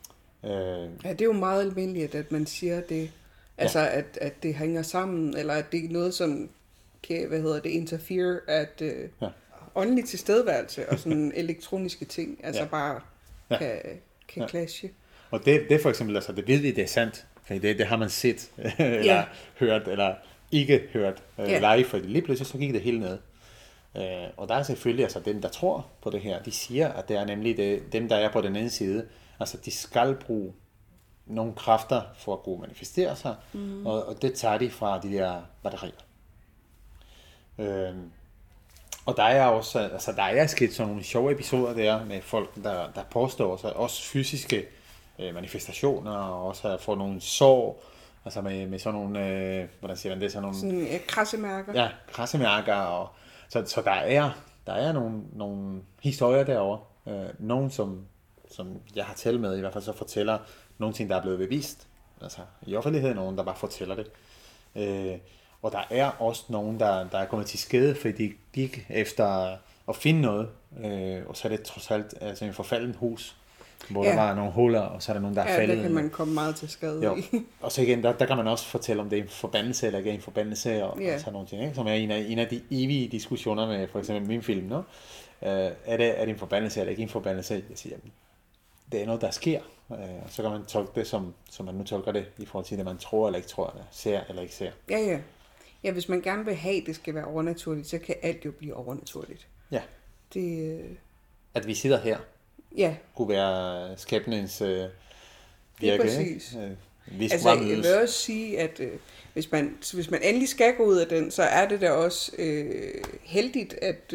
Det er jo meget almindeligt, at man siger det, altså at det hænger sammen, eller at det er noget, som kan, interfere, at åndelig tilstedeværelse og sådan elektroniske ting, altså bare kan clashe. Og det for eksempel, altså det ved vi, det er sandt, for det har man set, eller hørt, eller ikke hørt live, for lige pludselig så gik det helt ned. Og der er selvfølgelig, altså dem, der tror på det her, de siger, at det er nemlig dem, der er på den anden side, altså de skal bruge nogle kræfter for at kunne manifestere sig, og det tager de fra de der batterier. Og der er også, altså der er sket sådan nogle sjove episoder der med folk, der påstår sig også fysiske manifestationer, og også får nogle sår, altså med sådan nogle, hvordan siger man det, sådan nogle... Sådan krassemærker. Ja, krassemærker, og så der er nogle historier derovre, nogle som jeg har talt med, i hvert fald så fortæller nogle ting, der er blevet bevist, altså i offentligheden, nogen der bare fortæller det. Og der er også nogen, der er kommet til skade, fordi de gik efter at finde noget, og så er det trods alt altså en forfalden hus, hvor der var nogle huller, og så er der nogen, der er faldet. Ja, der kan man komme meget til skade i. Og så igen, der kan man også fortælle, om det er en forbandelse, eller ikke er en forbandelse, og sådan nogle ting, ikke? Som er en af de evige diskussioner med for eksempel min film, no? Er det en forbandelse, eller ikke en forbandelse? Jeg siger, det er noget, der sker, og så kan man tolke det, som man nu tolker det, i forhold til det, man tror eller ikke tror, eller ser eller ikke ser. Ja. Ja, hvis man gerne vil have, det skal være overnaturligt, så kan alt jo blive overnaturligt. Ja. At vi sidder her, kunne være skæbnens virke. Det er præcis. Jeg vil også sige, at hvis man endelig skal gå ud af den, så er det da også heldigt, at...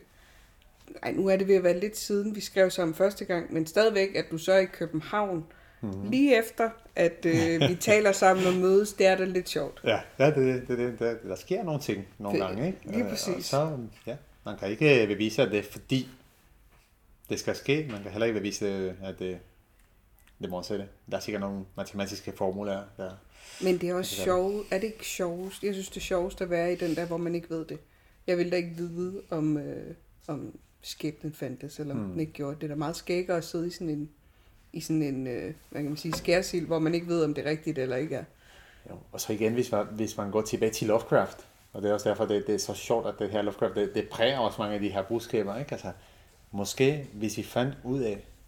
nu er det ved at være lidt siden, vi skrev sammen første gang, men stadigvæk, at du så er i København, lige efter, at vi taler sammen og mødes, det er da lidt sjovt. Ja, der sker nogle ting nogle gange, ikke? Lige præcis. Så, man kan ikke bevise, at det er fordi, det skal ske. Man kan heller ikke bevise, at det modsatte. Der er sikkert nogle matematiske formuler, der... Men det er også sjovt. Er det ikke sjovest? Jeg synes, det er sjovest at være i den der, hvor man ikke ved det. Jeg vil da ikke vide, om skæbnen fandtes, eller om den ikke gjorde det. Det er da meget skægger at sidde i sådan en hvad kan man sige, skærsild, hvor man ikke ved, om det er rigtigt eller ikke er. Jo, og så igen, hvis man går tilbage til Lovecraft, og det er også derfor, det er så sjovt, at det her Lovecraft, det præger også mange af de her budskaber, ikke? Altså, måske, hvis vi fandt ud af,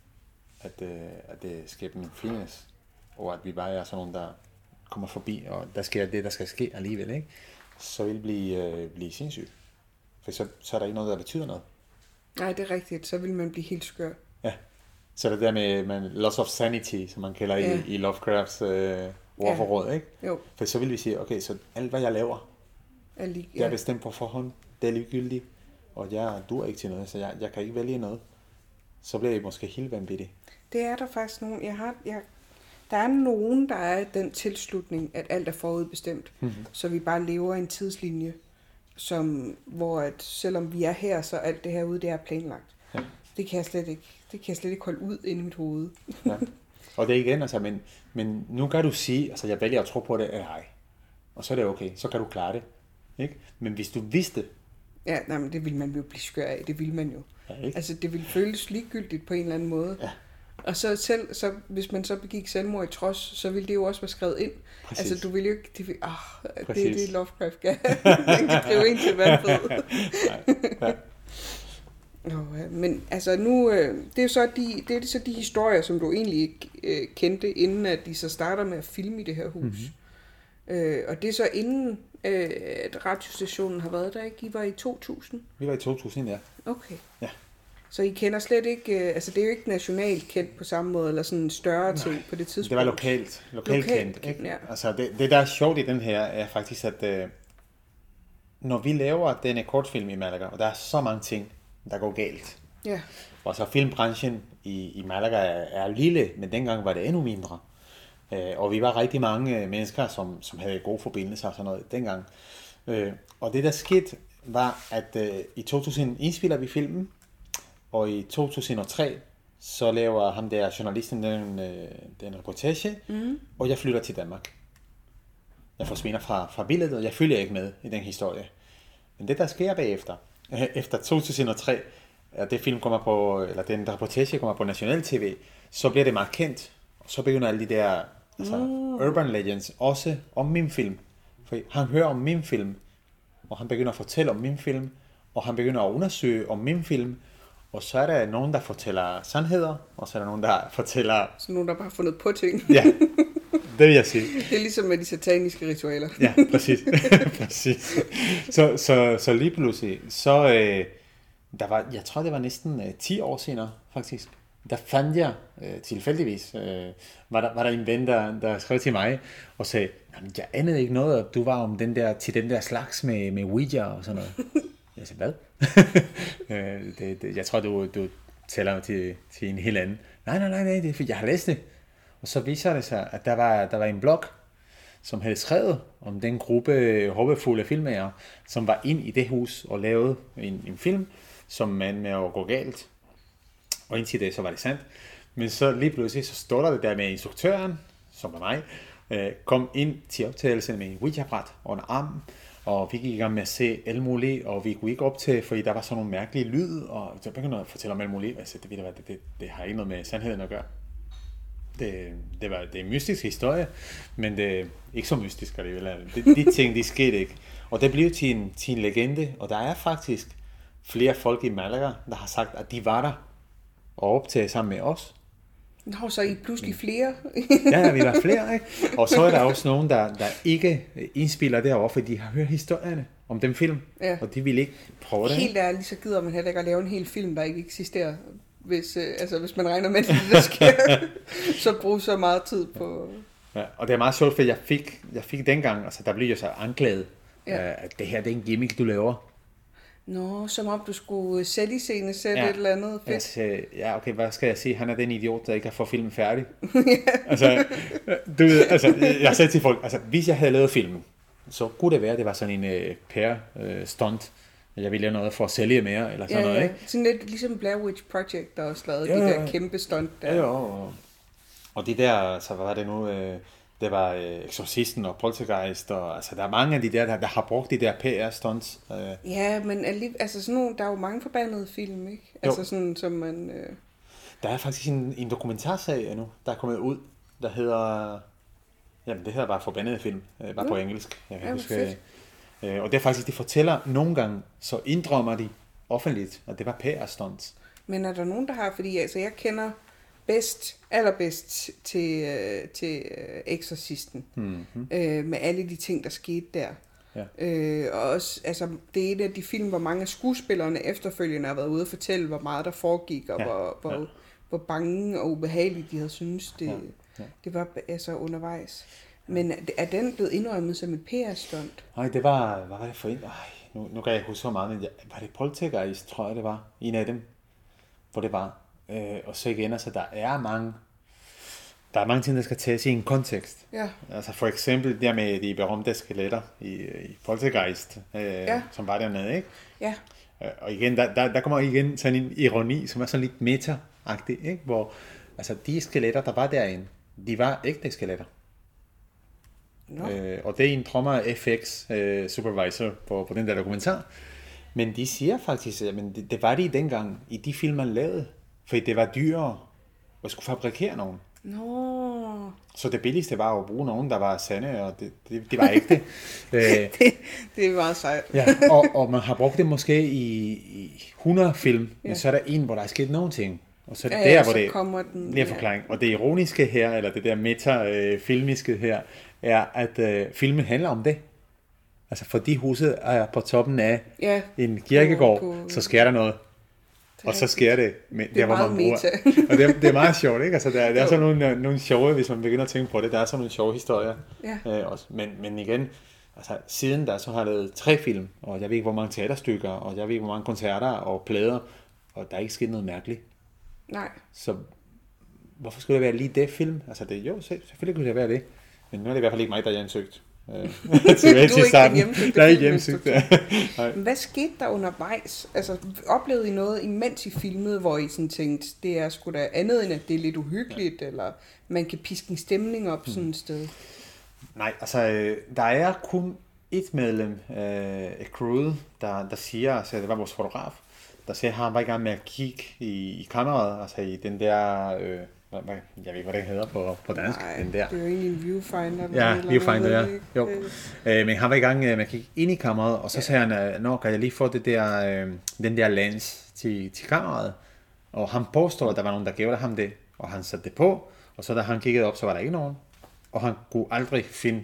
at det skaber en findes, og at vi bare er sådan nogen, der kommer forbi, og der sker det, der skal ske alligevel, ikke? Så vil det blive sindssygt. For så er der ikke noget, der betyder noget. Nej, det er rigtigt. Så vil man blive helt skør. Ja. Så det der med loss of sanity, som man kalder i Lovecrafts ordforråd, ikke? Jo. For så vil vi sige, okay, så alt hvad jeg laver, det er bestemt på forhånd, det er ligegyldigt, og jeg duer ikke til noget, så jeg kan ikke vælge noget. Så bliver jeg måske helt vanvittig. Det er der faktisk nogen, der er nogen, der er den tilslutning, at alt er forudbestemt, så vi bare lever i en tidslinje, hvor at selvom vi er her, så alt det her ude, det er planlagt. Ja. Det kan jeg slet ikke holde ud inde i mit hoved. Ja. Og det er igen, altså, men nu kan du sige, altså jeg vælger at tro på det, eller ej. Og så er det okay, så kan du klare det. Ikke? Men hvis du vidste... Ja, nej, men det vil man jo blive skør af, det vil man jo. Ja, altså det vil føles ligegyldigt på en eller anden måde. Ja. Og så hvis man så begik selvmord i trods, så ville det jo også være skrevet ind. Præcis. Altså du ville jo ikke... Det er det Lovecraft kan. Den kan drive en til vanvid. Ja. Men altså nu, det er så de historier, som du egentlig ikke kendte, inden at de så starter med at filme i det her hus. Mm-hmm. Og det er så inden, at radiostationen har været der, ikke? I var i 2000? Vi var i 2000, ja. Okay. Ja. Så I kender slet ikke, altså det er jo ikke nationalt kendt på samme måde, eller sådan en større ting på det tidspunkt? Det var lokalt kendt, ikke? Ja. Altså det der er sjovt i den her, er faktisk, at når vi laver denne kortfilm i Malaga, og der er så mange ting, der går galt. Ja. Og så filmbranchen i Malaga er lille, men dengang var det endnu mindre. Og vi var rigtig mange mennesker, som havde gode forbindelser og sådan noget dengang. Og det der skete, var, at i 2000 indspiller vi filmen, og i 2003, så laver ham der journalisten den reportage, og jeg flytter til Danmark. Jeg forsvinder fra billedet, og jeg følger ikke med i den historie. Men det der sker bagefter, efter 2003, at det film kommer på, eller den reportage kommer på National TV, så bliver det meget kendt, og så begynder alle de der urban legends også om min film. For han hører om min film, og han begynder at fortælle om min film, og han begynder at undersøge om min film, og så er der nogen, der fortæller sandheder, og så er der nogen, der fortæller... Så nogen, der bare har fundet på ting. Ja, det vil jeg sige. Det er ligesom med de sataniske ritualer. Ja, præcis. præcis. Så lige pludselig, der var, jeg tror det var næsten 10 år senere, faktisk, der fandt jeg tilfældigvis, var der en ven, der skrev til mig og sagde, jeg anede ikke noget, at du var om den der slags med Ouija og sådan noget. Jeg sagde, hvad? Jeg tror, du taler til en helt anden. Nej, det er fordi, jeg har læst det. Og så viser det sig, at der var en blog, som havde skrevet om den gruppe håbefulde filmmager, som var ind i det hus og lavede en film, som man med at gå galt. Og indtil det, så var det sandt. Men så lige pludselig, så står der det der med instruktøren, som var mig, kom ind til optagelsen med en Ouija-bræt og en arm, og vi gik i gang med at se alt muligt, og vi kunne ikke optage, fordi der var sådan nogle mærkelige lyd, og så begyndte at fortælle om alt muligt. Altså, det har ikke noget med sandheden at gøre. Det er en mystisk historie, men det er ikke så mystisk alligevel. De ting, de skete ikke. Og det blev til en legende, og der er faktisk flere folk i Malaga, der har sagt, at de var der og optaget sammen med os. Nå, så er I pludselig flere? Ja, vi var flere, ikke? Og så er der også nogen, der ikke indspiller derovre, fordi de har hørt historierne om den film, ja. Og de vil ikke prøve det. Helt ærligt, så gider man heller ikke at lave en hel film, der ikke eksisterer. Hvis man regner med, det der sker, så bruger så meget tid på... Ja, og det er meget sjovt, for jeg fik dengang, altså der blev jo så anklaget, at det her det er en gimmick, du laver. Nå, som om du skulle sætte i scene, sætte et eller andet fedt. Ja, okay, hvad skal jeg sige? Han er den idiot, der ikke har fået filmen færdig. Altså, du ved, jeg sagde til folk, altså, hvis jeg havde lavet filmen, så kunne det være, at det var sådan en stunt. Jeg ville lave noget for at sælge mere, eller sådan noget, ikke? Sådan lidt ligesom Blair Witch Project, der også lavede de der kæmpe stunt der. Ja, og de der, så hvad var det nu... Det var Exorcisten og Poltergeist, og altså der er mange af de der har brugt de der PR-stunts. Ja, men altså sådan nogle, der er jo mange forbandede film, ikke? Altså sådan, som man... Der er faktisk en dokumentarserie nu, der er kommet ud, der hedder... Jamen, det hedder bare forbandede film, bare på engelsk. Jeg kan huske, og det er faktisk, de fortæller nogle gange, så indrømmer de offentligt, at det var PR-stunts. Men er der nogen, der har... Fordi altså, jeg kender allerbedst til Exorcisten. Med alle de ting, der skete der. Ja. Og også, altså, det er et af de film, hvor mange af skuespillerne efterfølgende har været ude og fortælle, hvor meget der foregik, og hvor bange og ubehageligt de havde syntes, det var altså undervejs. Men er den blevet indrømmet som et PR-stunt? Nej, det var, hvad var det for en? Nu kan jeg huske så meget, men var det Poltergeist, tror jeg det var, en af dem, hvor det var. Og så igen, altså der er mange ting, der skal tages i en kontekst. Ja. Altså for eksempel der med de berømte skeletter i Poltergeist, som var dernede, ikke? Ja. Og igen, der kommer igen sådan en ironi, som er sådan lidt meta-agtig, ikke? Hvor altså de skeletter, der var derinde, de var ægte skeletter. Og det er en Trommer FX supervisor på den der dokumentar. Men de siger faktisk, at det var de dengang i de film, man lavede. Fordi det var dyrere at skulle fabrikere nogen. Nå. Så det billigste var at bruge nogen, der var sande, og det var ikke det. Det er meget sejt. Ja, og man har brugt det måske i 100 film, men så er der en, hvor der er sket nogen ting. Og så er det der, hvor det bliver forklaring. Og det ironiske her, eller det der meta-filmiske her, er, at filmen handler om det. Altså fordi huset er på toppen af en kirkegård, så sker der noget. Og så sker det. Det er meget meta. Og det er meget sjovt, ikke? Altså, der er sådan nogle sjove, hvis man begynder at tænke på det, der er sådan nogle sjove historier. Også. Men igen, altså, siden der så har jeg lavet 3 film, og jeg ved ikke, hvor mange teaterstykker, og jeg ved ikke, hvor mange koncerter og plader, og der er ikke sket noget mærkeligt. Nej. Så hvorfor skulle det være lige det film? Altså, selvfølgelig kunne det være det. Men nu er det i hvert fald ikke mig, der er hjemsøgt. Du er ikke hjemsøgt. Jeg er ikke hjemsøgt. Hvad skete der undervejs? Altså, oplevede I noget, imens I filmede, hvor I sådan tænkte, det er sgu da andet end, at det er lidt uhyggeligt, eller man kan piske en stemning op sådan et sted? Nej, altså, der er kun et medlem af crewet, der siger, altså det var vores fotograf, der siger, at han var i gang med at kigge i kameraet, altså i den der... jeg ved ikke, hvad det hedder på dansk. Nej, den der. Det er jo egentlig en viewfinder. Ja, viewfinder, ja. Jo. Men han var i gang med at kigge ind i kameraet, og så sagde han, nå, kan jeg lige få den der lens til kameraet? Og han påstår, at der var nogen, der gav ham det, og han satte det på, og så da han kiggede op, så var der ikke nogen. Og han kunne aldrig finde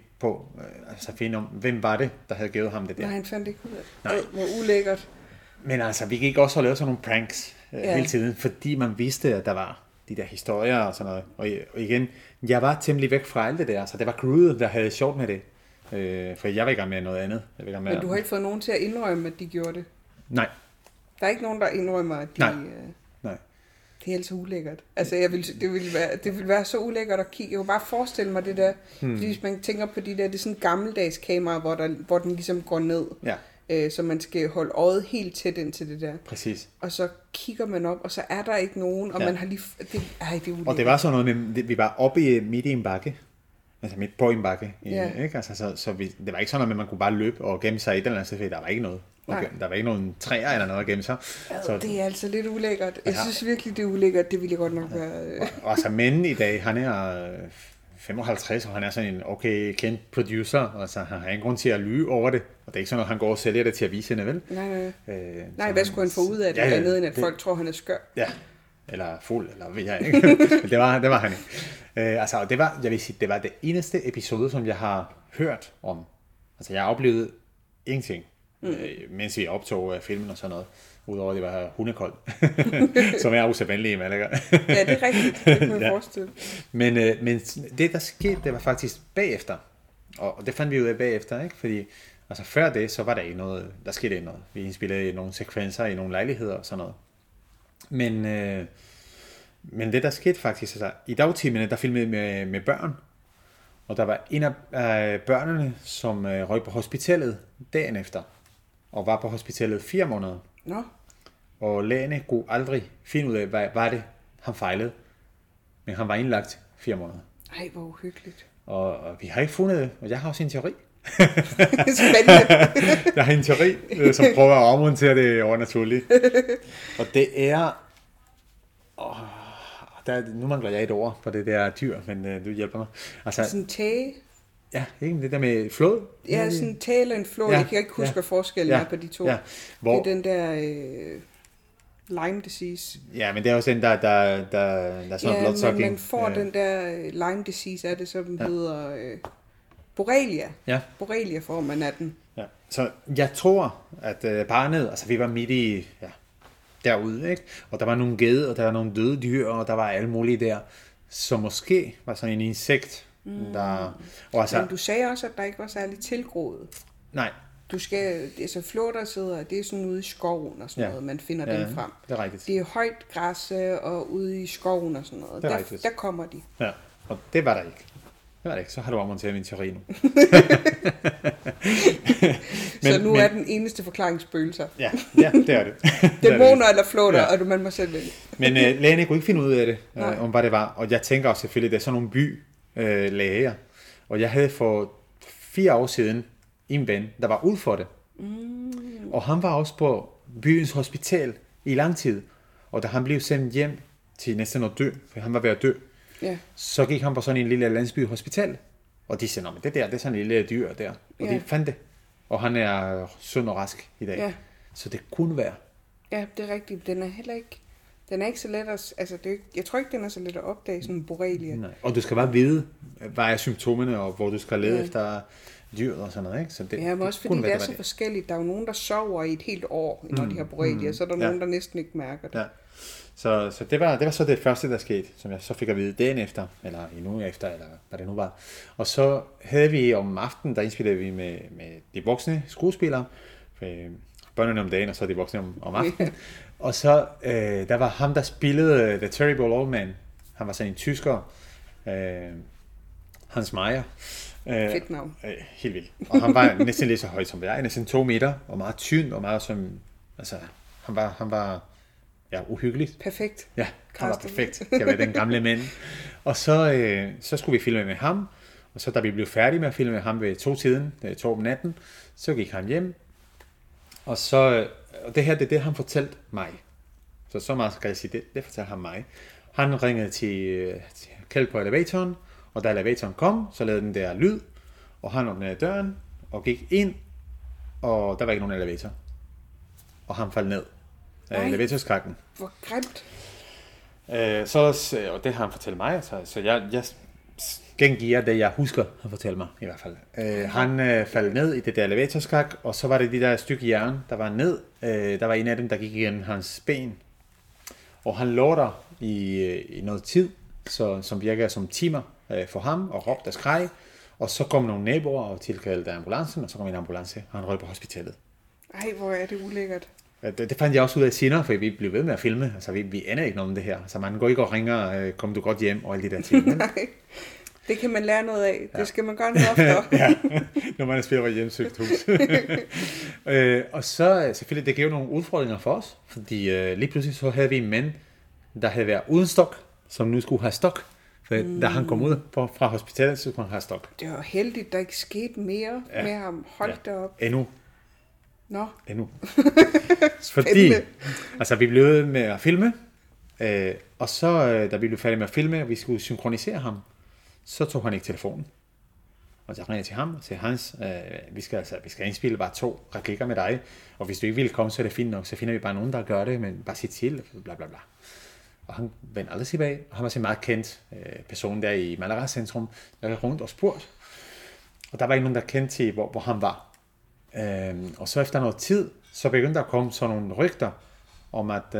om, hvem var det, der havde givet ham det der. Nej, han fandt ikke ud af det. Hvor ulækkert. Men altså, vi gik også og lavede sådan nogle pranks hele tiden, fordi man vidste, at der var de der historier og sådan noget. Og igen, jeg var temmelig væk fra alt det der, så det var crewet, der havde sjovt med det. For jeg var i gang med noget andet. Men du har ikke fået nogen til at indrømme, at de gjorde det? Nej. Der er ikke nogen, der indrømmer, at de... Nej. Det er altså ulækkert. Altså, det vil være så ulækkert at kigge. Jeg kunne bare forestille mig det der, fordi hvis man tænker på de der, det er sådan en gammeldags kamera, hvor den ligesom går ned. Ja. Så man skal holde øjet helt tæt ind til det der. Præcis. Og så kigger man op, og så er der ikke nogen, og man har lige... Det er ulækkert. Og det var sådan noget med, vi var oppe midt i en bakke. Altså midt på en bakke. Ikke? Altså, så det var ikke sådan noget, at man kunne bare løbe og gemme sig i et eller andet sted, der var ikke noget. Okay. Der var ikke nogen træer eller noget at gemme sig. Så det er altså lidt ulækkert. Jeg synes virkelig, det er ulækkert. Det ville jeg godt nok være... Og så mænden i dag, han er 55, og han er sådan en okay kendt producer, altså han har ingen grund til at lyve over det, og det er ikke sådan noget, han går og sælger det til aviserne, vel? Nej, hvad skulle han få ud af det, andet end at folk tror, han er skør? Ja, eller fuld, eller ved jeg ikke. det var han ikke. Altså, jeg vil sige, det var det eneste episode, som jeg har hørt om. Altså, jeg oplevede ingenting, mens vi optog filmen og sådan noget. Udover det var hundekoldt, som er usædvanligt i Malaga. Ja, det er rigtigt. Det kan jeg forestille. Men det, der skete, det var faktisk bagefter. Og det fandt vi ud af bagefter, ikke? Fordi altså, før det, så var der ikke noget, der skete ikke noget. Vi indspillede nogle sekvenser i nogle lejligheder og sådan noget. Men det, der skete faktisk, altså, i dagtimerne, der filmede med børn. Og der var en af børnene, som røg på hospitalet dagen efter. Og var på hospitalet 4 måneder. Nå. Og lægerne kunne aldrig finde ud af, hvad var det, han fejlede. Men han var indlagt 4 måneder. Ej, hvor uhyggeligt. Og vi har ikke fundet det, og jeg har også en teori. Spændende. Jeg har en teori, som prøver at afmontere det overnaturligt. Og det er... nu mangler jeg et ord på det der dyr, men du hjælper mig. Altså, sådan en tage? Ja, ikke? Det der med flod. Ja, sådan en tage eller en flod. Jeg kan ikke huske, hvad forskellen er på de to. Ja. Det er den der... Lyme disease. Ja, men det er også den, der er sådan Ja, blodsucking. men man får den der Lyme disease af det, som hedder borrelia. Ja. Borrelia får man af den. Ja. Så jeg tror, at barnet, altså vi var midt i, derude, ikke? Og der var nogle gede, og der var nogle døde dyr, og der var alle mulige der. Så måske var sådan en insekt, der... Og altså, Men du sagde også, at der ikke var særlig tilgroet. nej, Du skal, altså flåter sidder, det er sådan ude i skoven og sådan noget, man finder dem frem. det er rigtigt. Det er højt græs og ude i skoven og sådan noget. Det er rigtigt. Der kommer de. Ja, og det var der ikke. Det var det ikke. Så har du afmonteret min teori nu. Så nu er den eneste forklaring spøgelser. Ja, det er det. Dæmoner eller flåter, og man må selv vælge. Men lægen kunne ikke finde ud af det, om hvad det var. Og jeg tænker også selvfølgelig, det er sådan nogle bylæger. Og jeg havde for 4 år siden en ven, der var ud for det. Og han var også på byens hospital i lang tid. Og da han blev sendt hjem til næsten at dø, for han var ved at dø, så gik han på sådan en lille landsby hospital. Og de sagde, men det er sådan en lille dyr der. Og de fandt det. Og han er sund og rask i dag. Ja. Så det kunne være. Ja, det er rigtigt. Den er ikke så let at... Altså, jeg tror ikke, den er så let at opdage, sådan en borrelia. Nej. Og du skal bare vide, hvad er symptomerne, og hvor du skal lede efter dyret og sådan noget, ikke? Så det, men også fordi det er så forskelligt. Der er jo nogen, der sover i et helt år, når de har borrelia, så er der nogen, der næsten ikke mærker det. Ja. Så det var så det første, der skete, som jeg så fik at vide dagen efter, eller en uge efter, eller hvad det nu var. Og så havde vi om aftenen, der indspillede vi med de voksne skuespillere, børnene om dagen, og så de voksne om aftenen. Og så der var ham, der spillede The Terrible Old Man. Han var sådan en tysker, Hans Meyer. Fedt navn. Helt vildt. Og han var næsten lige så høj som jeg, næsten 2 meter, og meget tynd, og meget som, altså, han var uhyggeligt. Perfekt. Ja, han var perfekt. Jeg var den gamle mand. Og så skulle vi filme med ham, og så da vi blev færdige med at filme med ham ved 2-tiden, 2 om natten, så gik han hjem, og det her, det er det, han fortalte mig. Så meget skal jeg sige, det fortalte han mig. Han ringede til Kjeld på elevatoren, og da elevatoren kom, så lavede den der lyd, og han åbnede døren, og gik ind, og der var ikke nogen elevator. Og han faldt ned af elevatorskrækken. Hvor grimt. Og det har han fortalt mig, så jeg gengiver det, jeg husker, han fortalte mig i hvert fald. Han faldt ned i det der elevatorskræk, og så var det de der stykke jern, der var ned. Der var en af dem, der gik igennem hans ben. Og han lå der i noget tid, som virker som timer for ham, og råbte og skreg. Og så kom nogle naboer og tilkaldte ambulancen, og så kom en ambulance, og han røg på hospitalet. Ej, hvor er det ulækkert. Det fandt jeg også ud af senere, for vi blev ved med at filme. Altså, vi aner ikke noget om det her. Så man går ikke og ringer, kom du godt hjem, og alle de der ting. Nej, det kan man lære noget af. Det skal man gøre noget oftere. Ja, når man spiller i hjemsøgt hus. Og så selvfølgelig, det gav nogle udfordringer for os, fordi lige pludselig så havde vi en mand, der havde været uden stok, som nu skulle have stok. For da han kom ud fra hospitalet, så kunne han have stok. Det var heldigt, der ikke skete mere med ham. Hold da op. Endnu. Fordi, altså vi blev ved med at filme, og så da vi blev færdige med at filme, og vi skulle synkronisere ham, så tog han ikke telefonen. Og så ringede jeg til ham og sagde, Hans, vi skal indspille bare 2 replikker med dig, og hvis du ikke vil komme, så er det fint nok, så finder vi bare nogen, der gør det, men bare sig til, bla bla bla. Og han vendte aldrig tilbage, og han var så en meget kendt person der i Malaga Centrum, der var rundt og spurgte. Og der var ikke nogen, der kendte til, hvor han var. Og så efter noget tid, så begyndte der at komme sådan nogle rygter om, at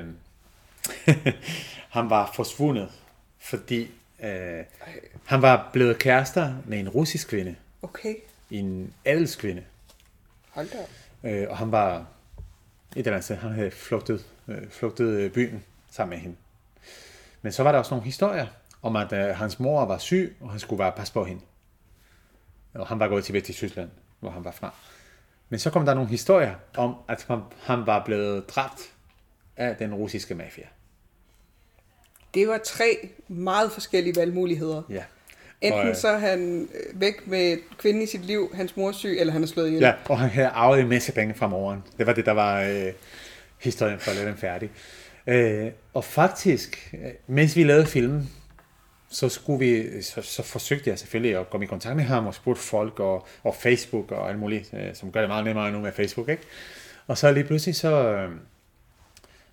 han var forsvundet, fordi han var blevet kærester med en russisk kvinde. Okay. En adelskvinde. Hold da op. Og han var et eller andet sted, han havde flugtet byen sammen med hende. Men så var der også nogle historier om, at hans mor var syg, og han skulle bare passe på hende. Og han var gået tilbage til Tyskland, hvor han var fra. Men så kom der nogle historier om, at han var blevet dræbt af den russiske mafia. Det var 3 meget forskellige valgmuligheder. Ja. Enten så er han væk med kvinden i sit liv, hans mor syg, eller han er slået ihjel. Ja, og han havde arvet en masse penge fra moren. Det var det, der var historien for at lave den færdig. Og faktisk, mens vi lavede filmen, så forsøgte jeg selvfølgelig at komme i kontakt med ham og spurgte folk og Facebook og alt muligt, som gør det meget nemmere nu med Facebook, ikke? Og så lige pludselig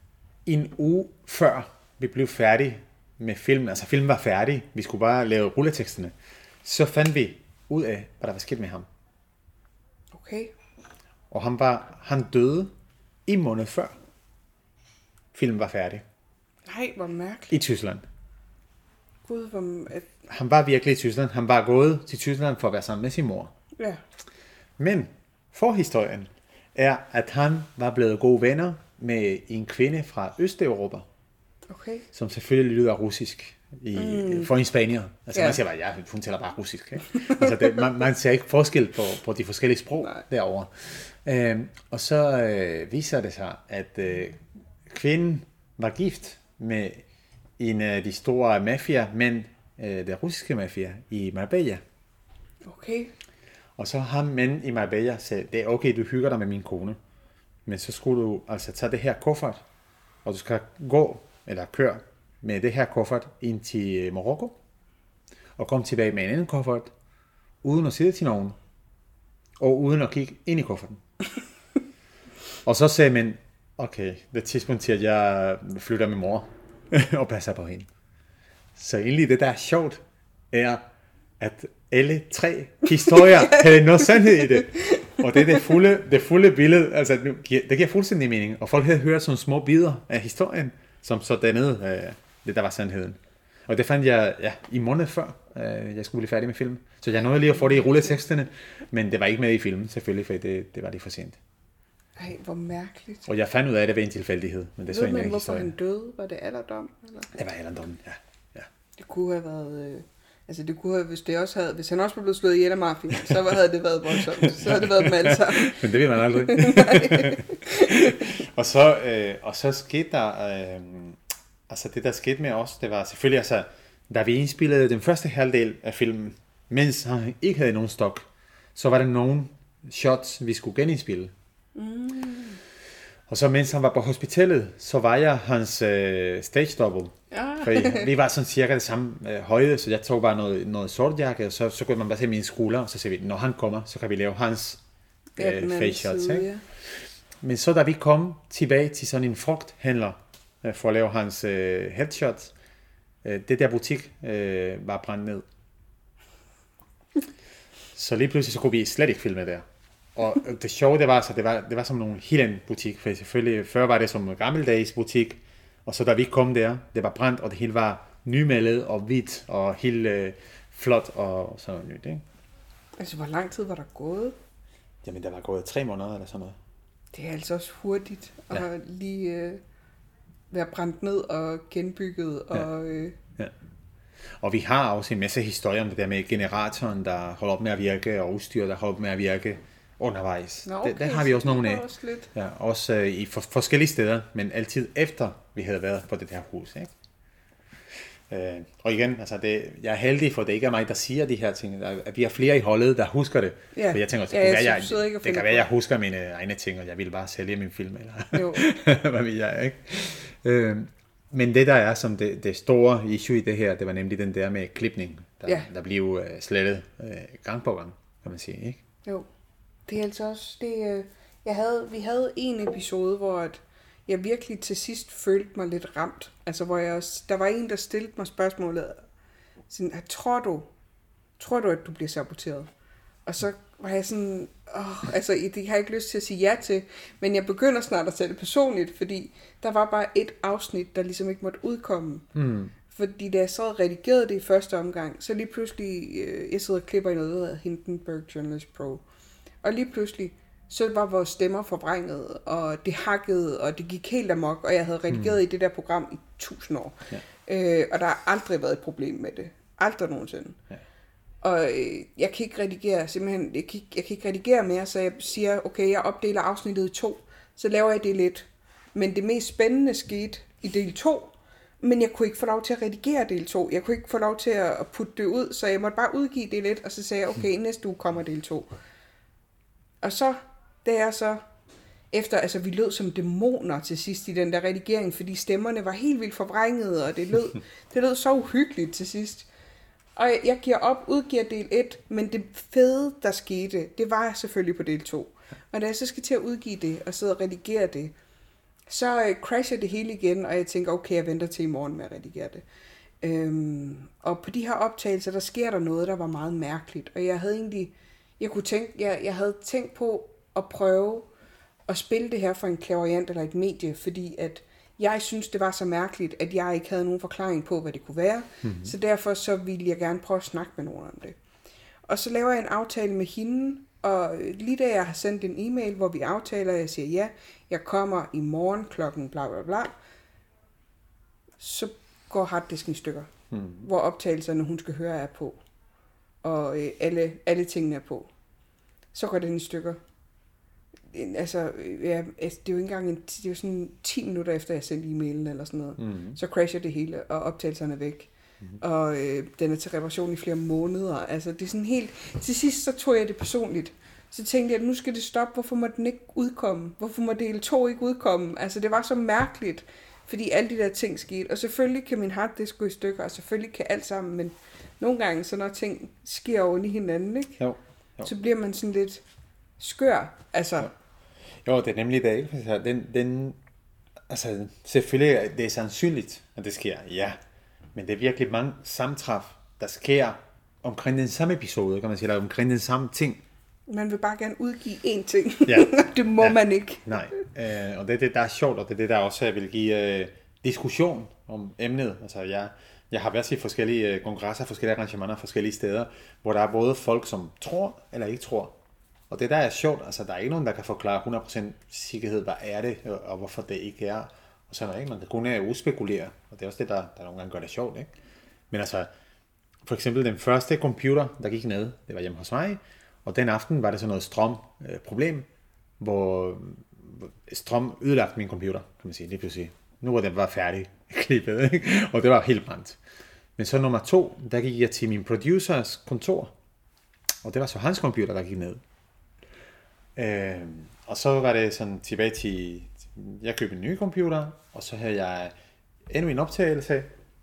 en uge før vi blev færdige med filmen, altså filmen var færdig, vi skulle bare lave rulleteksterne, så fandt vi ud af, hvad der var sket med ham. Okay. Og han døde en måned før filmen var færdig. Nej, hvor mærkeligt. I Tyskland. Gud, hvor... Han var virkelig i Tyskland. Han var gået til Tyskland for at være sammen med sin mor. Ja. Men forhistorien er, at han var blevet gode venner med en kvinde fra Østeuropa, Okay. som selvfølgelig lyder russisk for en spanier. Altså Ja. man siger bare, ja, hun taler bare russisk. Ikke? Altså man ser ikke forskel på de forskellige sprog derovre. Og så viser det sig, at kvinden var gift med en af de store mafia, men den russiske mafia i Marbella. Okay. Og så ham mænd i Marbella sagde, det er okay, du hygger dig med min kone, men så skulle du altså tage det her kuffert, og du skal gå eller køre med det her kuffert ind til Marokko, og komme tilbage med en anden kuffert, uden at sige det til nogen, og uden at kigge ind i kufferten. Og så sagde man, okay, det er tidspunkt til, at jeg flytter med mor og passer på hende. Så egentlig det, der er sjovt, er, at alle 3 historier havde noget sandhed i det. Og det er det fulde billede, altså det giver fuldstændig mening. Og folk havde hørt sådan små bidder af historien, som så dannede det, der var sandheden. Og det fandt jeg i måned før, jeg skulle blive færdig med filmen. Så jeg nåede lige at få det i rulleteksterne, men det var ikke med i filmen selvfølgelig, for det var lige for sent. Ej, hvor mærkeligt. Og jeg fandt ud af, at det var en tilfældighed, men det er så en Ved man, anden hvorfor historie. han døde? Var det alderdom? Eller? Det var alderdommen, ja. Det kunne have været... Altså det kunne have, hvis han også var blevet slået ihjel af mafia, så havde det været voldsomt. Så havde det været dem alle sammen. Men det vil man aldrig. og så skete der... altså det, der skete med os, det var selvfølgelig... Altså, da vi indspillede den første halvdel af filmen, mens han ikke havde nogen stok, så var der nogle shots, vi skulle genindspille. Og så mens han var på hospitalet, så var jeg hans stage double. For vi var sådan cirka det samme højde, så jeg tog bare noget sortjakke, og så kunne man bare se mine skuldre, og så siger vi, når han kommer, så kan vi lave hans face shots. Ja. Men så da vi kom tilbage til sådan en frugthandler, for at lave hans headshots, det der butik var brændt ned. Så lige pludselig så kunne vi slet ikke filme der. Og det sjove, det var, så det var som nogle hidden butik, for selvfølgelig før var det som en gammeldags butik, og så da vi kom der, det var brændt, og det hele var nymalet og hvidt, og helt flot og sådan noget nyt, ikke? Altså, hvor lang tid var der gået? Jamen, der var gået 3 måneder eller sådan noget. Det er altså også hurtigt at lige være brændt ned og genbygget. Og, Ja. Og vi har også en masse historier om det der med generatoren, der holder op med at virke, og udstyr, der holder op med at virke undervejs. Nå, okay, det har vi også nogle af. også lidt. Ja, også i forskellige steder, men altid efter vi havde været på det her hus, ikke? Og igen, altså jeg er heldig, for det ikke er mig, der siger de her ting. At vi har flere i holdet, der husker det. Ja. For jeg tænker, det kan være, jeg husker mine egne ting, og jeg vil bare sælge min film, eller hvad vil jeg, ikke? Men det der er som det store issue i det her, det var nemlig den der med klipning, der blev slettet gang på gang, kan man sige, ikke? Jo, det er altså også, vi havde en episode, hvor jeg virkelig til sidst følte mig lidt ramt. Altså hvor der var en, der stillede mig spørgsmålet, sådan, tror du, at du bliver saboteret? Og så var jeg sådan, altså det har jeg ikke lyst til at sige ja til, men jeg begynder snart at tage det personligt, fordi der var bare et afsnit, der ligesom ikke måtte udkomme. Fordi da jeg så redigerede det i første omgang, så lige pludselig, jeg sidder og klipper i noget, der hedder Hindenburg Journalist Pro, og lige pludselig, så var vores stemmer forvrænget, og det hakkede, og det gik helt amok, og jeg havde redigeret i det der program i 1000 år. Ja. Og der har aldrig været et problem med det. Aldrig nogensinde. Ja. Og jeg kan ikke redigere, simpelthen, jeg kan ikke redigere mere, så jeg siger, okay, jeg opdeler afsnittet i 2, så laver jeg del 1. Men det mest spændende skete i del 2, men jeg kunne ikke få lov til at redigere del 2. Jeg kunne ikke få lov til at putte det ud, så jeg måtte bare udgive del 1, og så sagde jeg, okay, næste uge kommer del 2. Og så, da jeg så, efter, altså vi lød som dæmoner til sidst i den der redigering, fordi stemmerne var helt vildt forvrængede, og det lød så uhyggeligt til sidst. Og jeg udgiver del 1, men det fede, der skete, det var selvfølgelig på del 2. Og da jeg så skal til at udgive det, og sidde og redigere det, Så crasher det hele igen, og jeg tænker, okay, jeg venter til i morgen med at redigere det. Og på de her optagelser, der sker der noget, der var meget mærkeligt. Og jeg havde jeg havde tænkt på at prøve at spille det her for en clairvoyant eller et medie, fordi at jeg synes, det var så mærkeligt, at jeg ikke havde nogen forklaring på, hvad det kunne være. Mm-hmm. Så derfor så ville jeg gerne prøve at snakke med nogen om det. Og så laver jeg en aftale med hende, og lige da jeg har sendt en e-mail, hvor vi aftaler, jeg siger, ja, jeg kommer i morgen klokken bla bla bla, så går harddisken i stykker, hvor optagelserne, hun skal høre, er på. Og alle tingene er på. Så går den i stykker. Altså, ja, det er jo ikke engang det er jo sådan 10 minutter efter, jeg sendte e-mailen eller sådan noget. Mm-hmm. Så crasher det hele, og optagelserne er væk. Mm-hmm. Og den er til reparation i flere måneder. Altså, det er sådan helt... Til sidst, så tog jeg det personligt. Så tænkte jeg, at nu skal det stoppe. Hvorfor må den ikke udkomme? Hvorfor må del 2 ikke udkomme? Altså, det var så mærkeligt, fordi alle de der ting skete. Og selvfølgelig kan min harddisk gå i stykker, og selvfølgelig kan alt sammen, men nogle gange, så når ting sker oven i hinanden, ikke? Jo. Så bliver man sådan lidt skør. Altså... Jo, det er nemlig det, ikke? Altså, selvfølgelig det er sandsynligt, at det sker, ja. Men det er virkelig mange sammentræf, der sker omkring den samme episode, kan man sige, eller omkring den samme ting. Man vil bare gerne udgive én ting. Ja. Det må man ikke. Nej, og det er det, der er sjovt, og det er det, der også vil give diskussion om emnet. Altså, jeg har været til forskellige kongresser, forskellige arrangementer, forskellige steder, hvor der er både folk, som tror eller ikke tror. Og det der er sjovt, altså der er ikke nogen, der kan forklare 100% sikkerhed, hvad er det, og hvorfor det ikke er. Og så er der ikke, man kan kun uspekulere, og det er også det, der nogle gange gør det sjovt, ikke? Men altså, for eksempel den første computer, der gik ned, det var hjemme hos mig, og den aften var det sådan noget strømproblem, hvor strøm ødelagte min computer, kan man sige, lige pludselig. Nu var den bare færdig klippet, ikke? Og det var helt brændt. Men så nummer 2, der gik jeg til min producers kontor, og det var så hans computer, der gik ned. Og så var det sådan tilbage til, jeg købte en ny computer, og så havde jeg endnu en optagelse,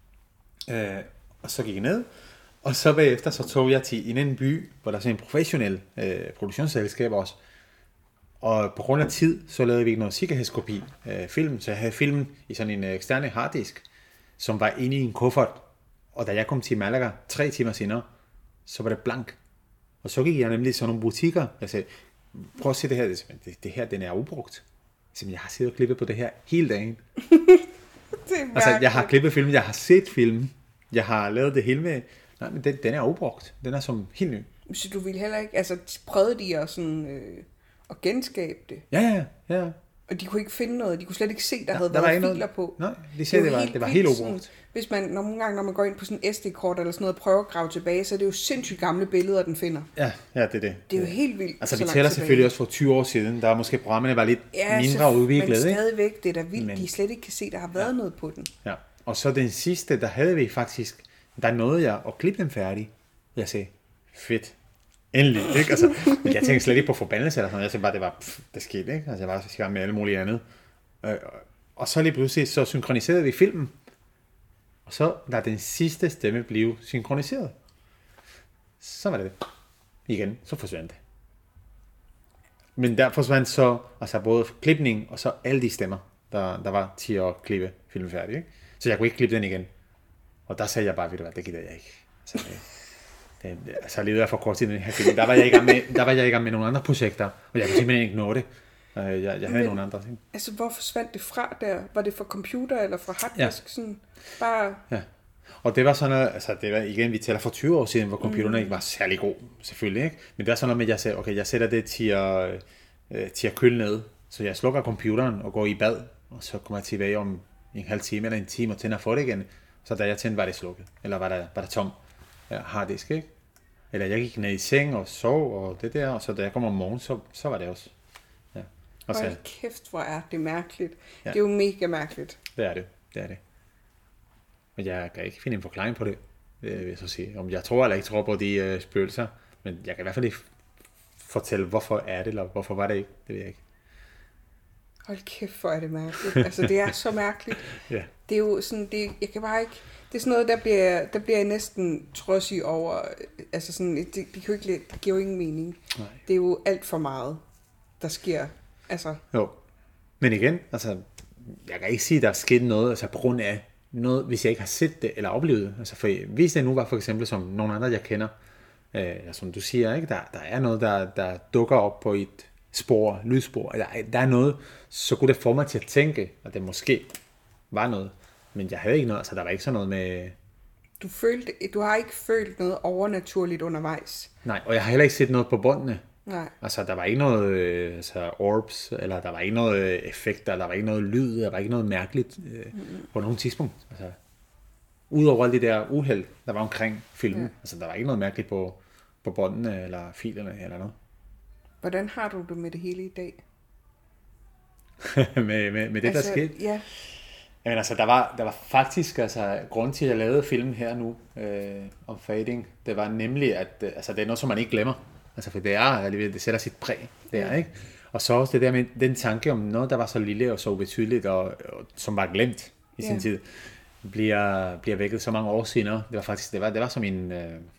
og så gik jeg ned, og så bagefter så tog jeg til en anden by, hvor der er sådan en professionel produktionsselskab også, og på grund af tid, så lavede vi ikke noget sikkerhedskopi film, så jeg havde filmen i sådan en eksterne harddisk, som var inde i en kuffert, og da jeg kom til Malaga 3 timer senere, så var det blank, og så gik jeg nemlig sådan nogle butikker, jeg sagde, prøv at se det her, det her, den er ubrugt. Jeg har siddet og klippet på det her hele dagen. Altså, jeg har klippet filmen, jeg har set filmen, jeg har lavet det hele med, nej, men den er ubrugt. Den er som helt ny. Så du ville heller ikke, altså prøvede de at sådan, at genskabe det? Ja. Og de kunne ikke finde noget, de kunne slet ikke se, der havde været filer på. Nej, de sagde, det var helt ubrugt. Hvis man, nogle gange, når man går ind på sådan en SD-kort eller sådan noget, og prøver at grave tilbage, så er det jo sindssygt gamle billeder, den finder. Ja, det er det. Det er jo helt vildt. Altså, vi tæller selvfølgelig også for 20 år siden, der måske programmerne var lidt mindre udviklet. Men stadigvæk, det er da vildt, de slet ikke kan se, der har været noget på den. Ja, og så den sidste, der havde vi faktisk, der nåede jeg at klippe den færdig. Jeg sagde, fedt. Endelig, ikke? Altså, jeg tænkte slet ikke på forbandelse eller sådan. Jeg tænkte bare, det skete, ikke? Altså, jeg var i gang med alle mulige andet. Og så lige pludselig, så synkroniserede vi filmen. Og så, da den sidste stemme blev synkroniseret, så var det igen, så forsvandt det. Men der forsvandt så, altså både klipning, og så alle de stemmer, der var til at klippe filmen færdig, ikke? Så jeg kunne ikke klippe den igen. Og der sagde jeg bare, ved du hvad, det gider jeg ikke. Så levede jeg for kort tid i den her film. Der var jeg i gang med nogle andre projekter, og jeg kunne simpelthen ikke nå det. Jeg havde nogle andre ting. Altså, hvor forsvandt det fra der? Var det fra computer eller fra harddisk? Ja. Sådan, bare... Ja. Og det var sådan noget, altså det var igen, vi tæller for 20 år siden, hvor computerne ikke var særlig god, selvfølgelig, ikke? Men det var sådan noget med, at jeg sagde, okay, jeg sætter det til at køle ned, så jeg slukker computeren og går i bad, og så kommer jeg tilbage om en halv time eller en time og tænder for det igen. Så da jeg tændte, var det slukket, eller var der tom harddisk, ikke? Eller jeg gik ned i seng og sov og det der, og så da jeg kom om morgenen, så var det også. Ja. Og hold kæft, hvor er det mærkeligt. Ja. Det er jo mega mærkeligt. Det er det. Men jeg kan ikke finde en forklaring på det, vil jeg så sige. Om jeg tror eller ikke tror på de spøgelser, men jeg kan i hvert fald ikke fortælle, hvorfor er det, eller hvorfor var det ikke, det ved jeg ikke. Hold kæft, hvor er det mærkeligt. Altså, det er så mærkeligt. Ja. Det er jo sådan, jeg kan bare ikke, det er sådan noget, der bliver jeg næsten trodsig over, altså sådan, det giver jo ingen mening. Nej. Det er jo alt for meget, der sker, altså. Jo, men igen, altså, jeg kan ikke sige, at der er sket noget, altså på grund af noget, hvis jeg ikke har set det eller oplevet det. Altså for hvis det nu var for eksempel som nogle andre, jeg kender, som du siger, ikke? Der er noget, der dukker op på et spor, lydspor, eller der er noget, så kunne det få mig til at tænke, at det måske var noget. Men jeg havde ikke noget, altså der var ikke sådan noget med... Du har ikke følt noget overnaturligt undervejs? Nej, og jeg har heller ikke set noget på båndene. Nej. Altså der var ikke noget orbs, eller der var ikke noget effekter, der var ikke noget lyd, der var ikke noget mærkeligt på nogen tidspunkt. Altså, udover alle de der uheld, der var omkring filmen, altså der var ikke noget mærkeligt på båndene, eller filerne, eller noget. Hvordan har du det med det hele i dag? med det, der skete? Ja. Jamen altså, der var faktisk, altså, grund til, at jeg lavede filmen her nu, om fading, det var nemlig, at altså, det er noget, som man ikke glemmer. Altså, for det sætter sit præg der, ikke? Og så også det der med den tanke om noget, der var så lille og så ubetydeligt, og som var glemt i sin tid, bliver vækket så mange år senere. Det var faktisk, det var som en,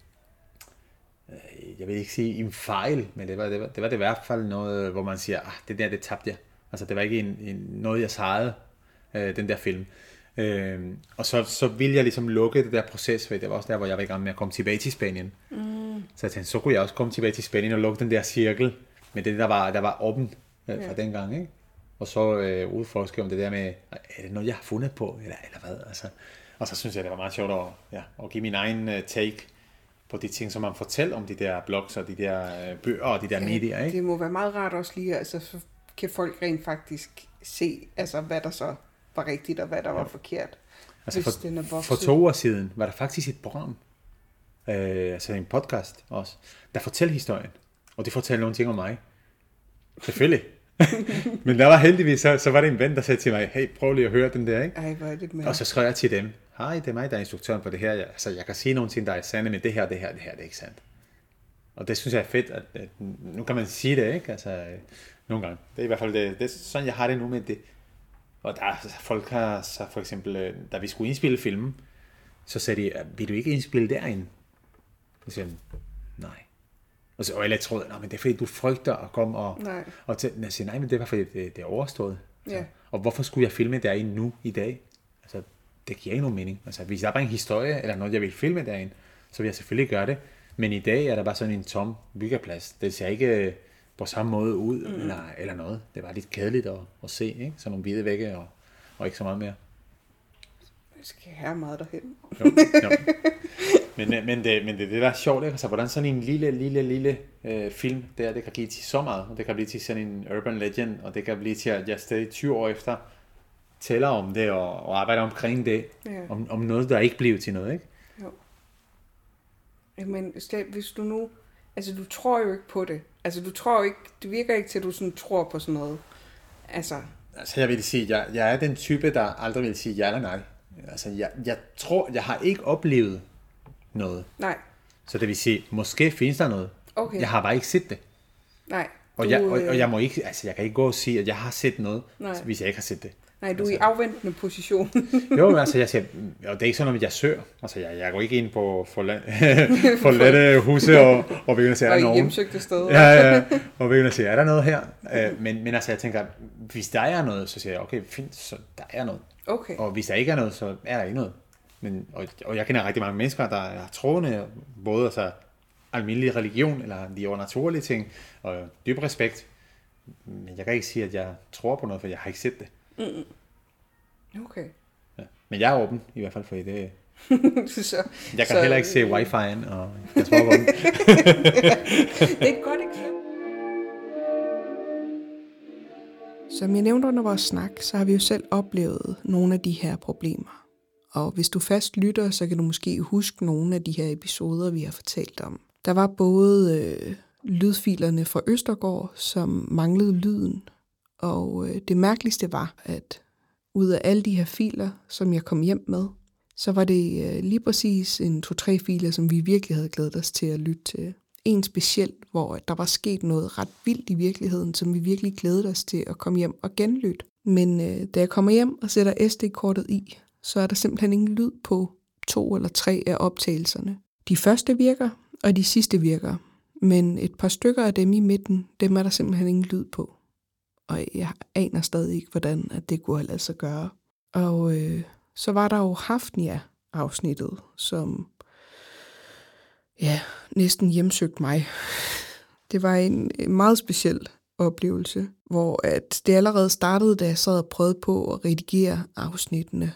jeg vil ikke sige en fejl, men det var det i hvert fald noget, hvor man siger, det tabte jeg. Altså, det var ikke noget, jeg sejrede, den der film. Og så ville jeg ligesom lukke det der proces, for det var også der, hvor jeg var i gang med at komme tilbage til Spanien. Så jeg tænkte, så kunne jeg også komme tilbage til Spanien og lukke den der cirkel med det, der var åben fra dengang, ikke? Og så udforske om det der med, er det noget, jeg har fundet på, eller hvad? Altså, og så synes jeg, det var meget sjovt at give min egen take på de ting, som man fortæller om de der blogs og de der bøger og de der medier, ikke? Det må være meget rart også lige, altså så kan folk rent faktisk se, altså hvad der så var rigtigt og hvad der var forkert. Altså for 2 år siden var der faktisk et program, altså en podcast også, der fortæller historien, og det fortæller nogle ting om mig. Selvfølgelig. Men der var heldigvis, så var det en ven, der sagde til mig, hey, prøv lige at høre den der, ikke? Ej, hvor er det med. Og så skrev jeg til dem, hej, det er mig, der er instruktøren på det her. Altså, jeg kan sige nogle ting, der er sande, men det her, det er ikke sandt. Og det synes jeg er fedt, at nu kan man sige det, ikke? Altså, nogle gange. Det er i hvert fald det er sådan, jeg har det nu med det. Og der folk har så for eksempel, da vi skulle indspille filmen, så sagde de, vil du ikke indspille derinde? Så siger jeg, nej. Og alle troede, men det er fordi, du frygter at komme og jeg siger, nej, men det var fordi, det er overstået. Yeah. Og hvorfor skulle jeg filme derinde nu i dag? Altså, det giver ikke nogen mening. Altså, hvis der er bare en historie, eller noget, jeg vil filme derinde, så vil jeg selvfølgelig gøre det. Men i dag er der bare sådan en tom byggeplads. Det ser ikke på samme måde ud, eller noget. Det var lidt kedeligt at se, ikke? Sådan nogle hvide vægge, og ikke så meget mere. Jeg skal have meget derhen. Jo. Men det der er sjovt, ikke? Altså, hvordan sådan en lille film, det kan give til så meget. Og det kan blive til sådan en urban legend, og det kan blive til, at jeg stadig 20 år efter tæller om det, og arbejder omkring det, om noget, der ikke blev til noget, ikke? Jo. Men hvis du nu, altså du tror jo ikke på det. Altså du tror ikke, det virker ikke til, at du sådan tror på sådan noget. Altså jeg vil sige, jeg er den type, der aldrig vil sige ja eller nej. Altså jeg tror, jeg har ikke oplevet noget. Nej. Så det vil sige, måske findes der noget. Okay. Jeg har bare ikke set det. Nej. Og jeg må ikke, altså jeg kan ikke gå og sige, at jeg har set noget, hvis jeg ikke har set det. Nej, du er i afventende position. Jo, altså jeg siger, og det er ikke sådan, at jeg søger. Altså jeg går ikke ind på forladte huse og vil sige, er der nogen? Og hjemsøgte steder. Ja, og vil sige, er der noget her? Men altså jeg tænker, hvis der er noget, så siger jeg, okay, fint, så der er noget. Okay. Og hvis der ikke er noget, så er der ikke noget. Og jeg kender rigtig mange mennesker, der er troende, både altså almindelig religion, eller de overnaturlige ting, og dyb respekt. Men jeg kan ikke sige, at jeg tror på noget, for jeg har ikke set det. Okay. Ja. Men jeg er åben, i hvert fald, for det. Jeg kan så, heller ikke se wifi'en, og jeg tror på den. Det er et godt eksempel. Som jeg nævnte under vores snak, så har vi jo selv oplevet nogle af de her problemer. Og hvis du fast lytter, så kan du måske huske nogle af de her episoder, vi har fortalt om. Der var både lydfilerne fra Østergaard, som manglede lyden. Og det mærkeligste var, at ud af alle de her filer, som jeg kom hjem med, så var det lige præcis en 2-3 filer, som vi virkelig havde glædet os til at lytte til. En speciel, hvor der var sket noget ret vildt i virkeligheden, som vi virkelig glædede os til at komme hjem og genlytte. Men da jeg kommer hjem og sætter SD-kortet i, så er der simpelthen ingen lyd på 2 eller 3 af optagelserne. De første virker, og de sidste virker. Men et par stykker af dem i midten, dem er der simpelthen ingen lyd på. og jeg aner stadig ikke, hvordan at det kunne have ladet sig gøre. Og så var der jo Hafnia-afsnittet, som næsten hjemsøgte mig. Det var en meget speciel oplevelse, hvor at det allerede startede, da jeg sad og prøvede på at redigere afsnittene,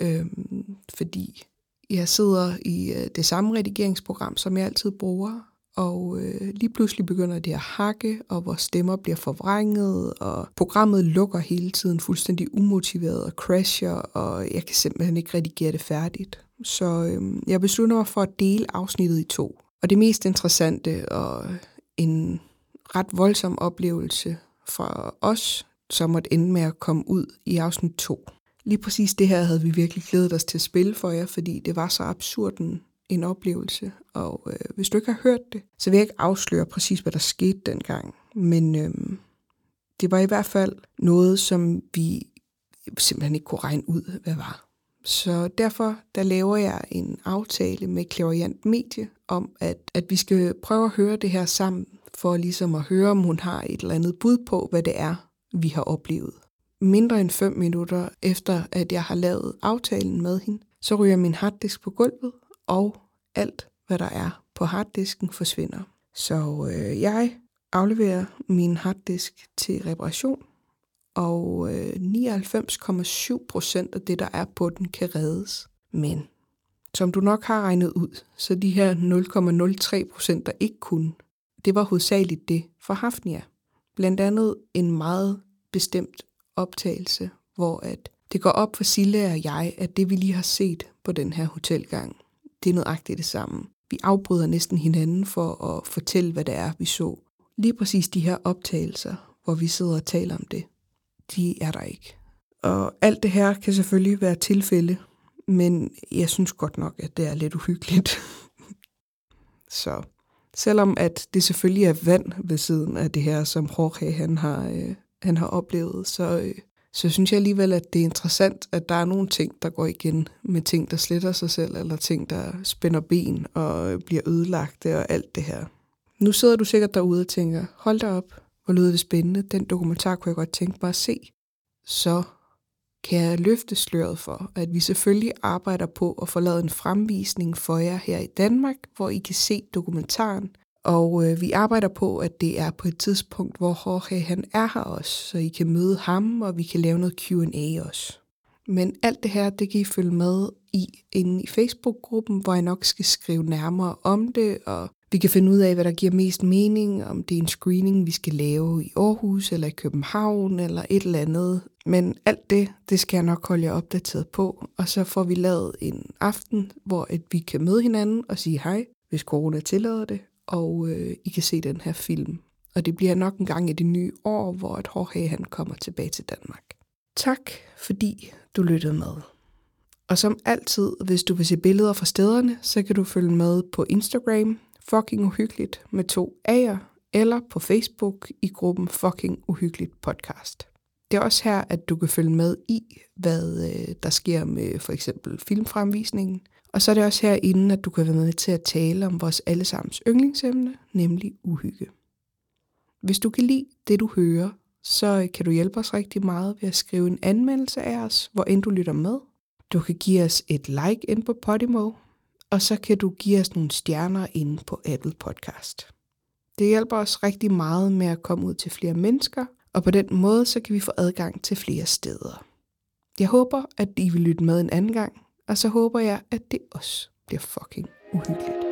fordi jeg sidder i det samme redigeringsprogram, som jeg altid bruger, og lige pludselig begynder det at hakke, og vores stemmer bliver forvrænget, og programmet lukker hele tiden fuldstændig umotiveret og crasher, og jeg kan simpelthen ikke redigere det færdigt. Så jeg beslutter mig for at dele afsnittet i 2. Og det mest interessante og en ret voldsom oplevelse fra os, som måtte ende med at komme ud i afsnit 2. Lige præcis det her havde vi virkelig glædet os til at spille for jer, fordi det var så absurd en oplevelse. Og hvis du ikke har hørt det, så vil jeg ikke afsløre præcis, hvad der skete dengang. Men det var i hvert fald noget, som vi simpelthen ikke kunne regne ud, hvad var. Så derfor der laver jeg en aftale med Clairvoyant Medie om, at vi skal prøve at høre det her sammen, for ligesom at høre, om hun har et eller andet bud på, hvad det er, vi har oplevet. Mindre end 5 minutter efter, at jeg har lavet aftalen med hende, så ryger min harddisk på gulvet, og alt, hvad der er på harddisken, forsvinder. Så jeg afleverer min harddisk til reparation, og 99,7% af det, der er på den, kan reddes. Men som du nok har regnet ud, så de her 0,03%, der ikke kunne, det var hovedsageligt det for Hafnia. Blandt andet en meget bestemt optagelse, hvor at det går op for Sille og jeg, at det vi lige har set på den her hotelgang, det er nøjagtigt det samme. Vi afbryder næsten hinanden for at fortælle, hvad det er, vi så. Lige præcis de her optagelser, hvor vi sidder og taler om det, de er der ikke. Og alt det her kan selvfølgelig være tilfælde, men jeg synes godt nok, at det er lidt uhyggeligt. Så selvom at det selvfølgelig er vand ved siden af det her, som Jorge han har oplevet, så synes jeg alligevel, at det er interessant, at der er nogle ting, der går igen med ting, der sletter sig selv, eller ting, der spænder ben og bliver ødelagte og alt det her. Nu sidder du sikkert derude og tænker, hold da op, hvor lyder det spændende, den dokumentar kunne jeg godt tænke mig at se. Så kan jeg løfte sløret for, at vi selvfølgelig arbejder på at få lavet en fremvisning for jer her i Danmark, hvor I kan se dokumentaren. Og vi arbejder på, at det er på et tidspunkt, hvor Jorge han er her også, så I kan møde ham, og vi kan lave noget Q&A også. Men alt det her, det kan I følge med inde i Facebook-gruppen, hvor jeg nok skal skrive nærmere om det, og vi kan finde ud af, hvad der giver mest mening, om det er en screening, vi skal lave i Aarhus eller i København eller et eller andet. Men alt det skal jeg nok holde jer opdateret på, og så får vi lavet en aften, hvor vi kan møde hinanden og sige hej, hvis corona tillader det, og I kan se den her film. Og det bliver nok en gang i det nye år, hvor at Jorge han kommer tilbage til Danmark. Tak, fordi du lyttede med. Og som altid, hvis du vil se billeder fra stederne, så kan du følge med på Instagram, Fucking Uhyggeligt med 2 A'er, eller på Facebook i gruppen Fucking Uhyggeligt Podcast. Det er også her, at du kan følge med i, hvad der sker med for eksempel filmfremvisningen. Og så er det også herinde, at du kan være med til at tale om vores allesammens yndlingsemne, nemlig uhygge. Hvis du kan lide det, du hører, så kan du hjælpe os rigtig meget ved at skrive en anmeldelse af os, hvor end du lytter med. Du kan give os et like ind på Podimo, og så kan du give os nogle stjerner inde på Apple Podcast. Det hjælper os rigtig meget med at komme ud til flere mennesker, og på den måde så kan vi få adgang til flere steder. Jeg håber, at I vil lytte med en anden gang, og så håber jeg, at det også bliver fucking uhyggeligt.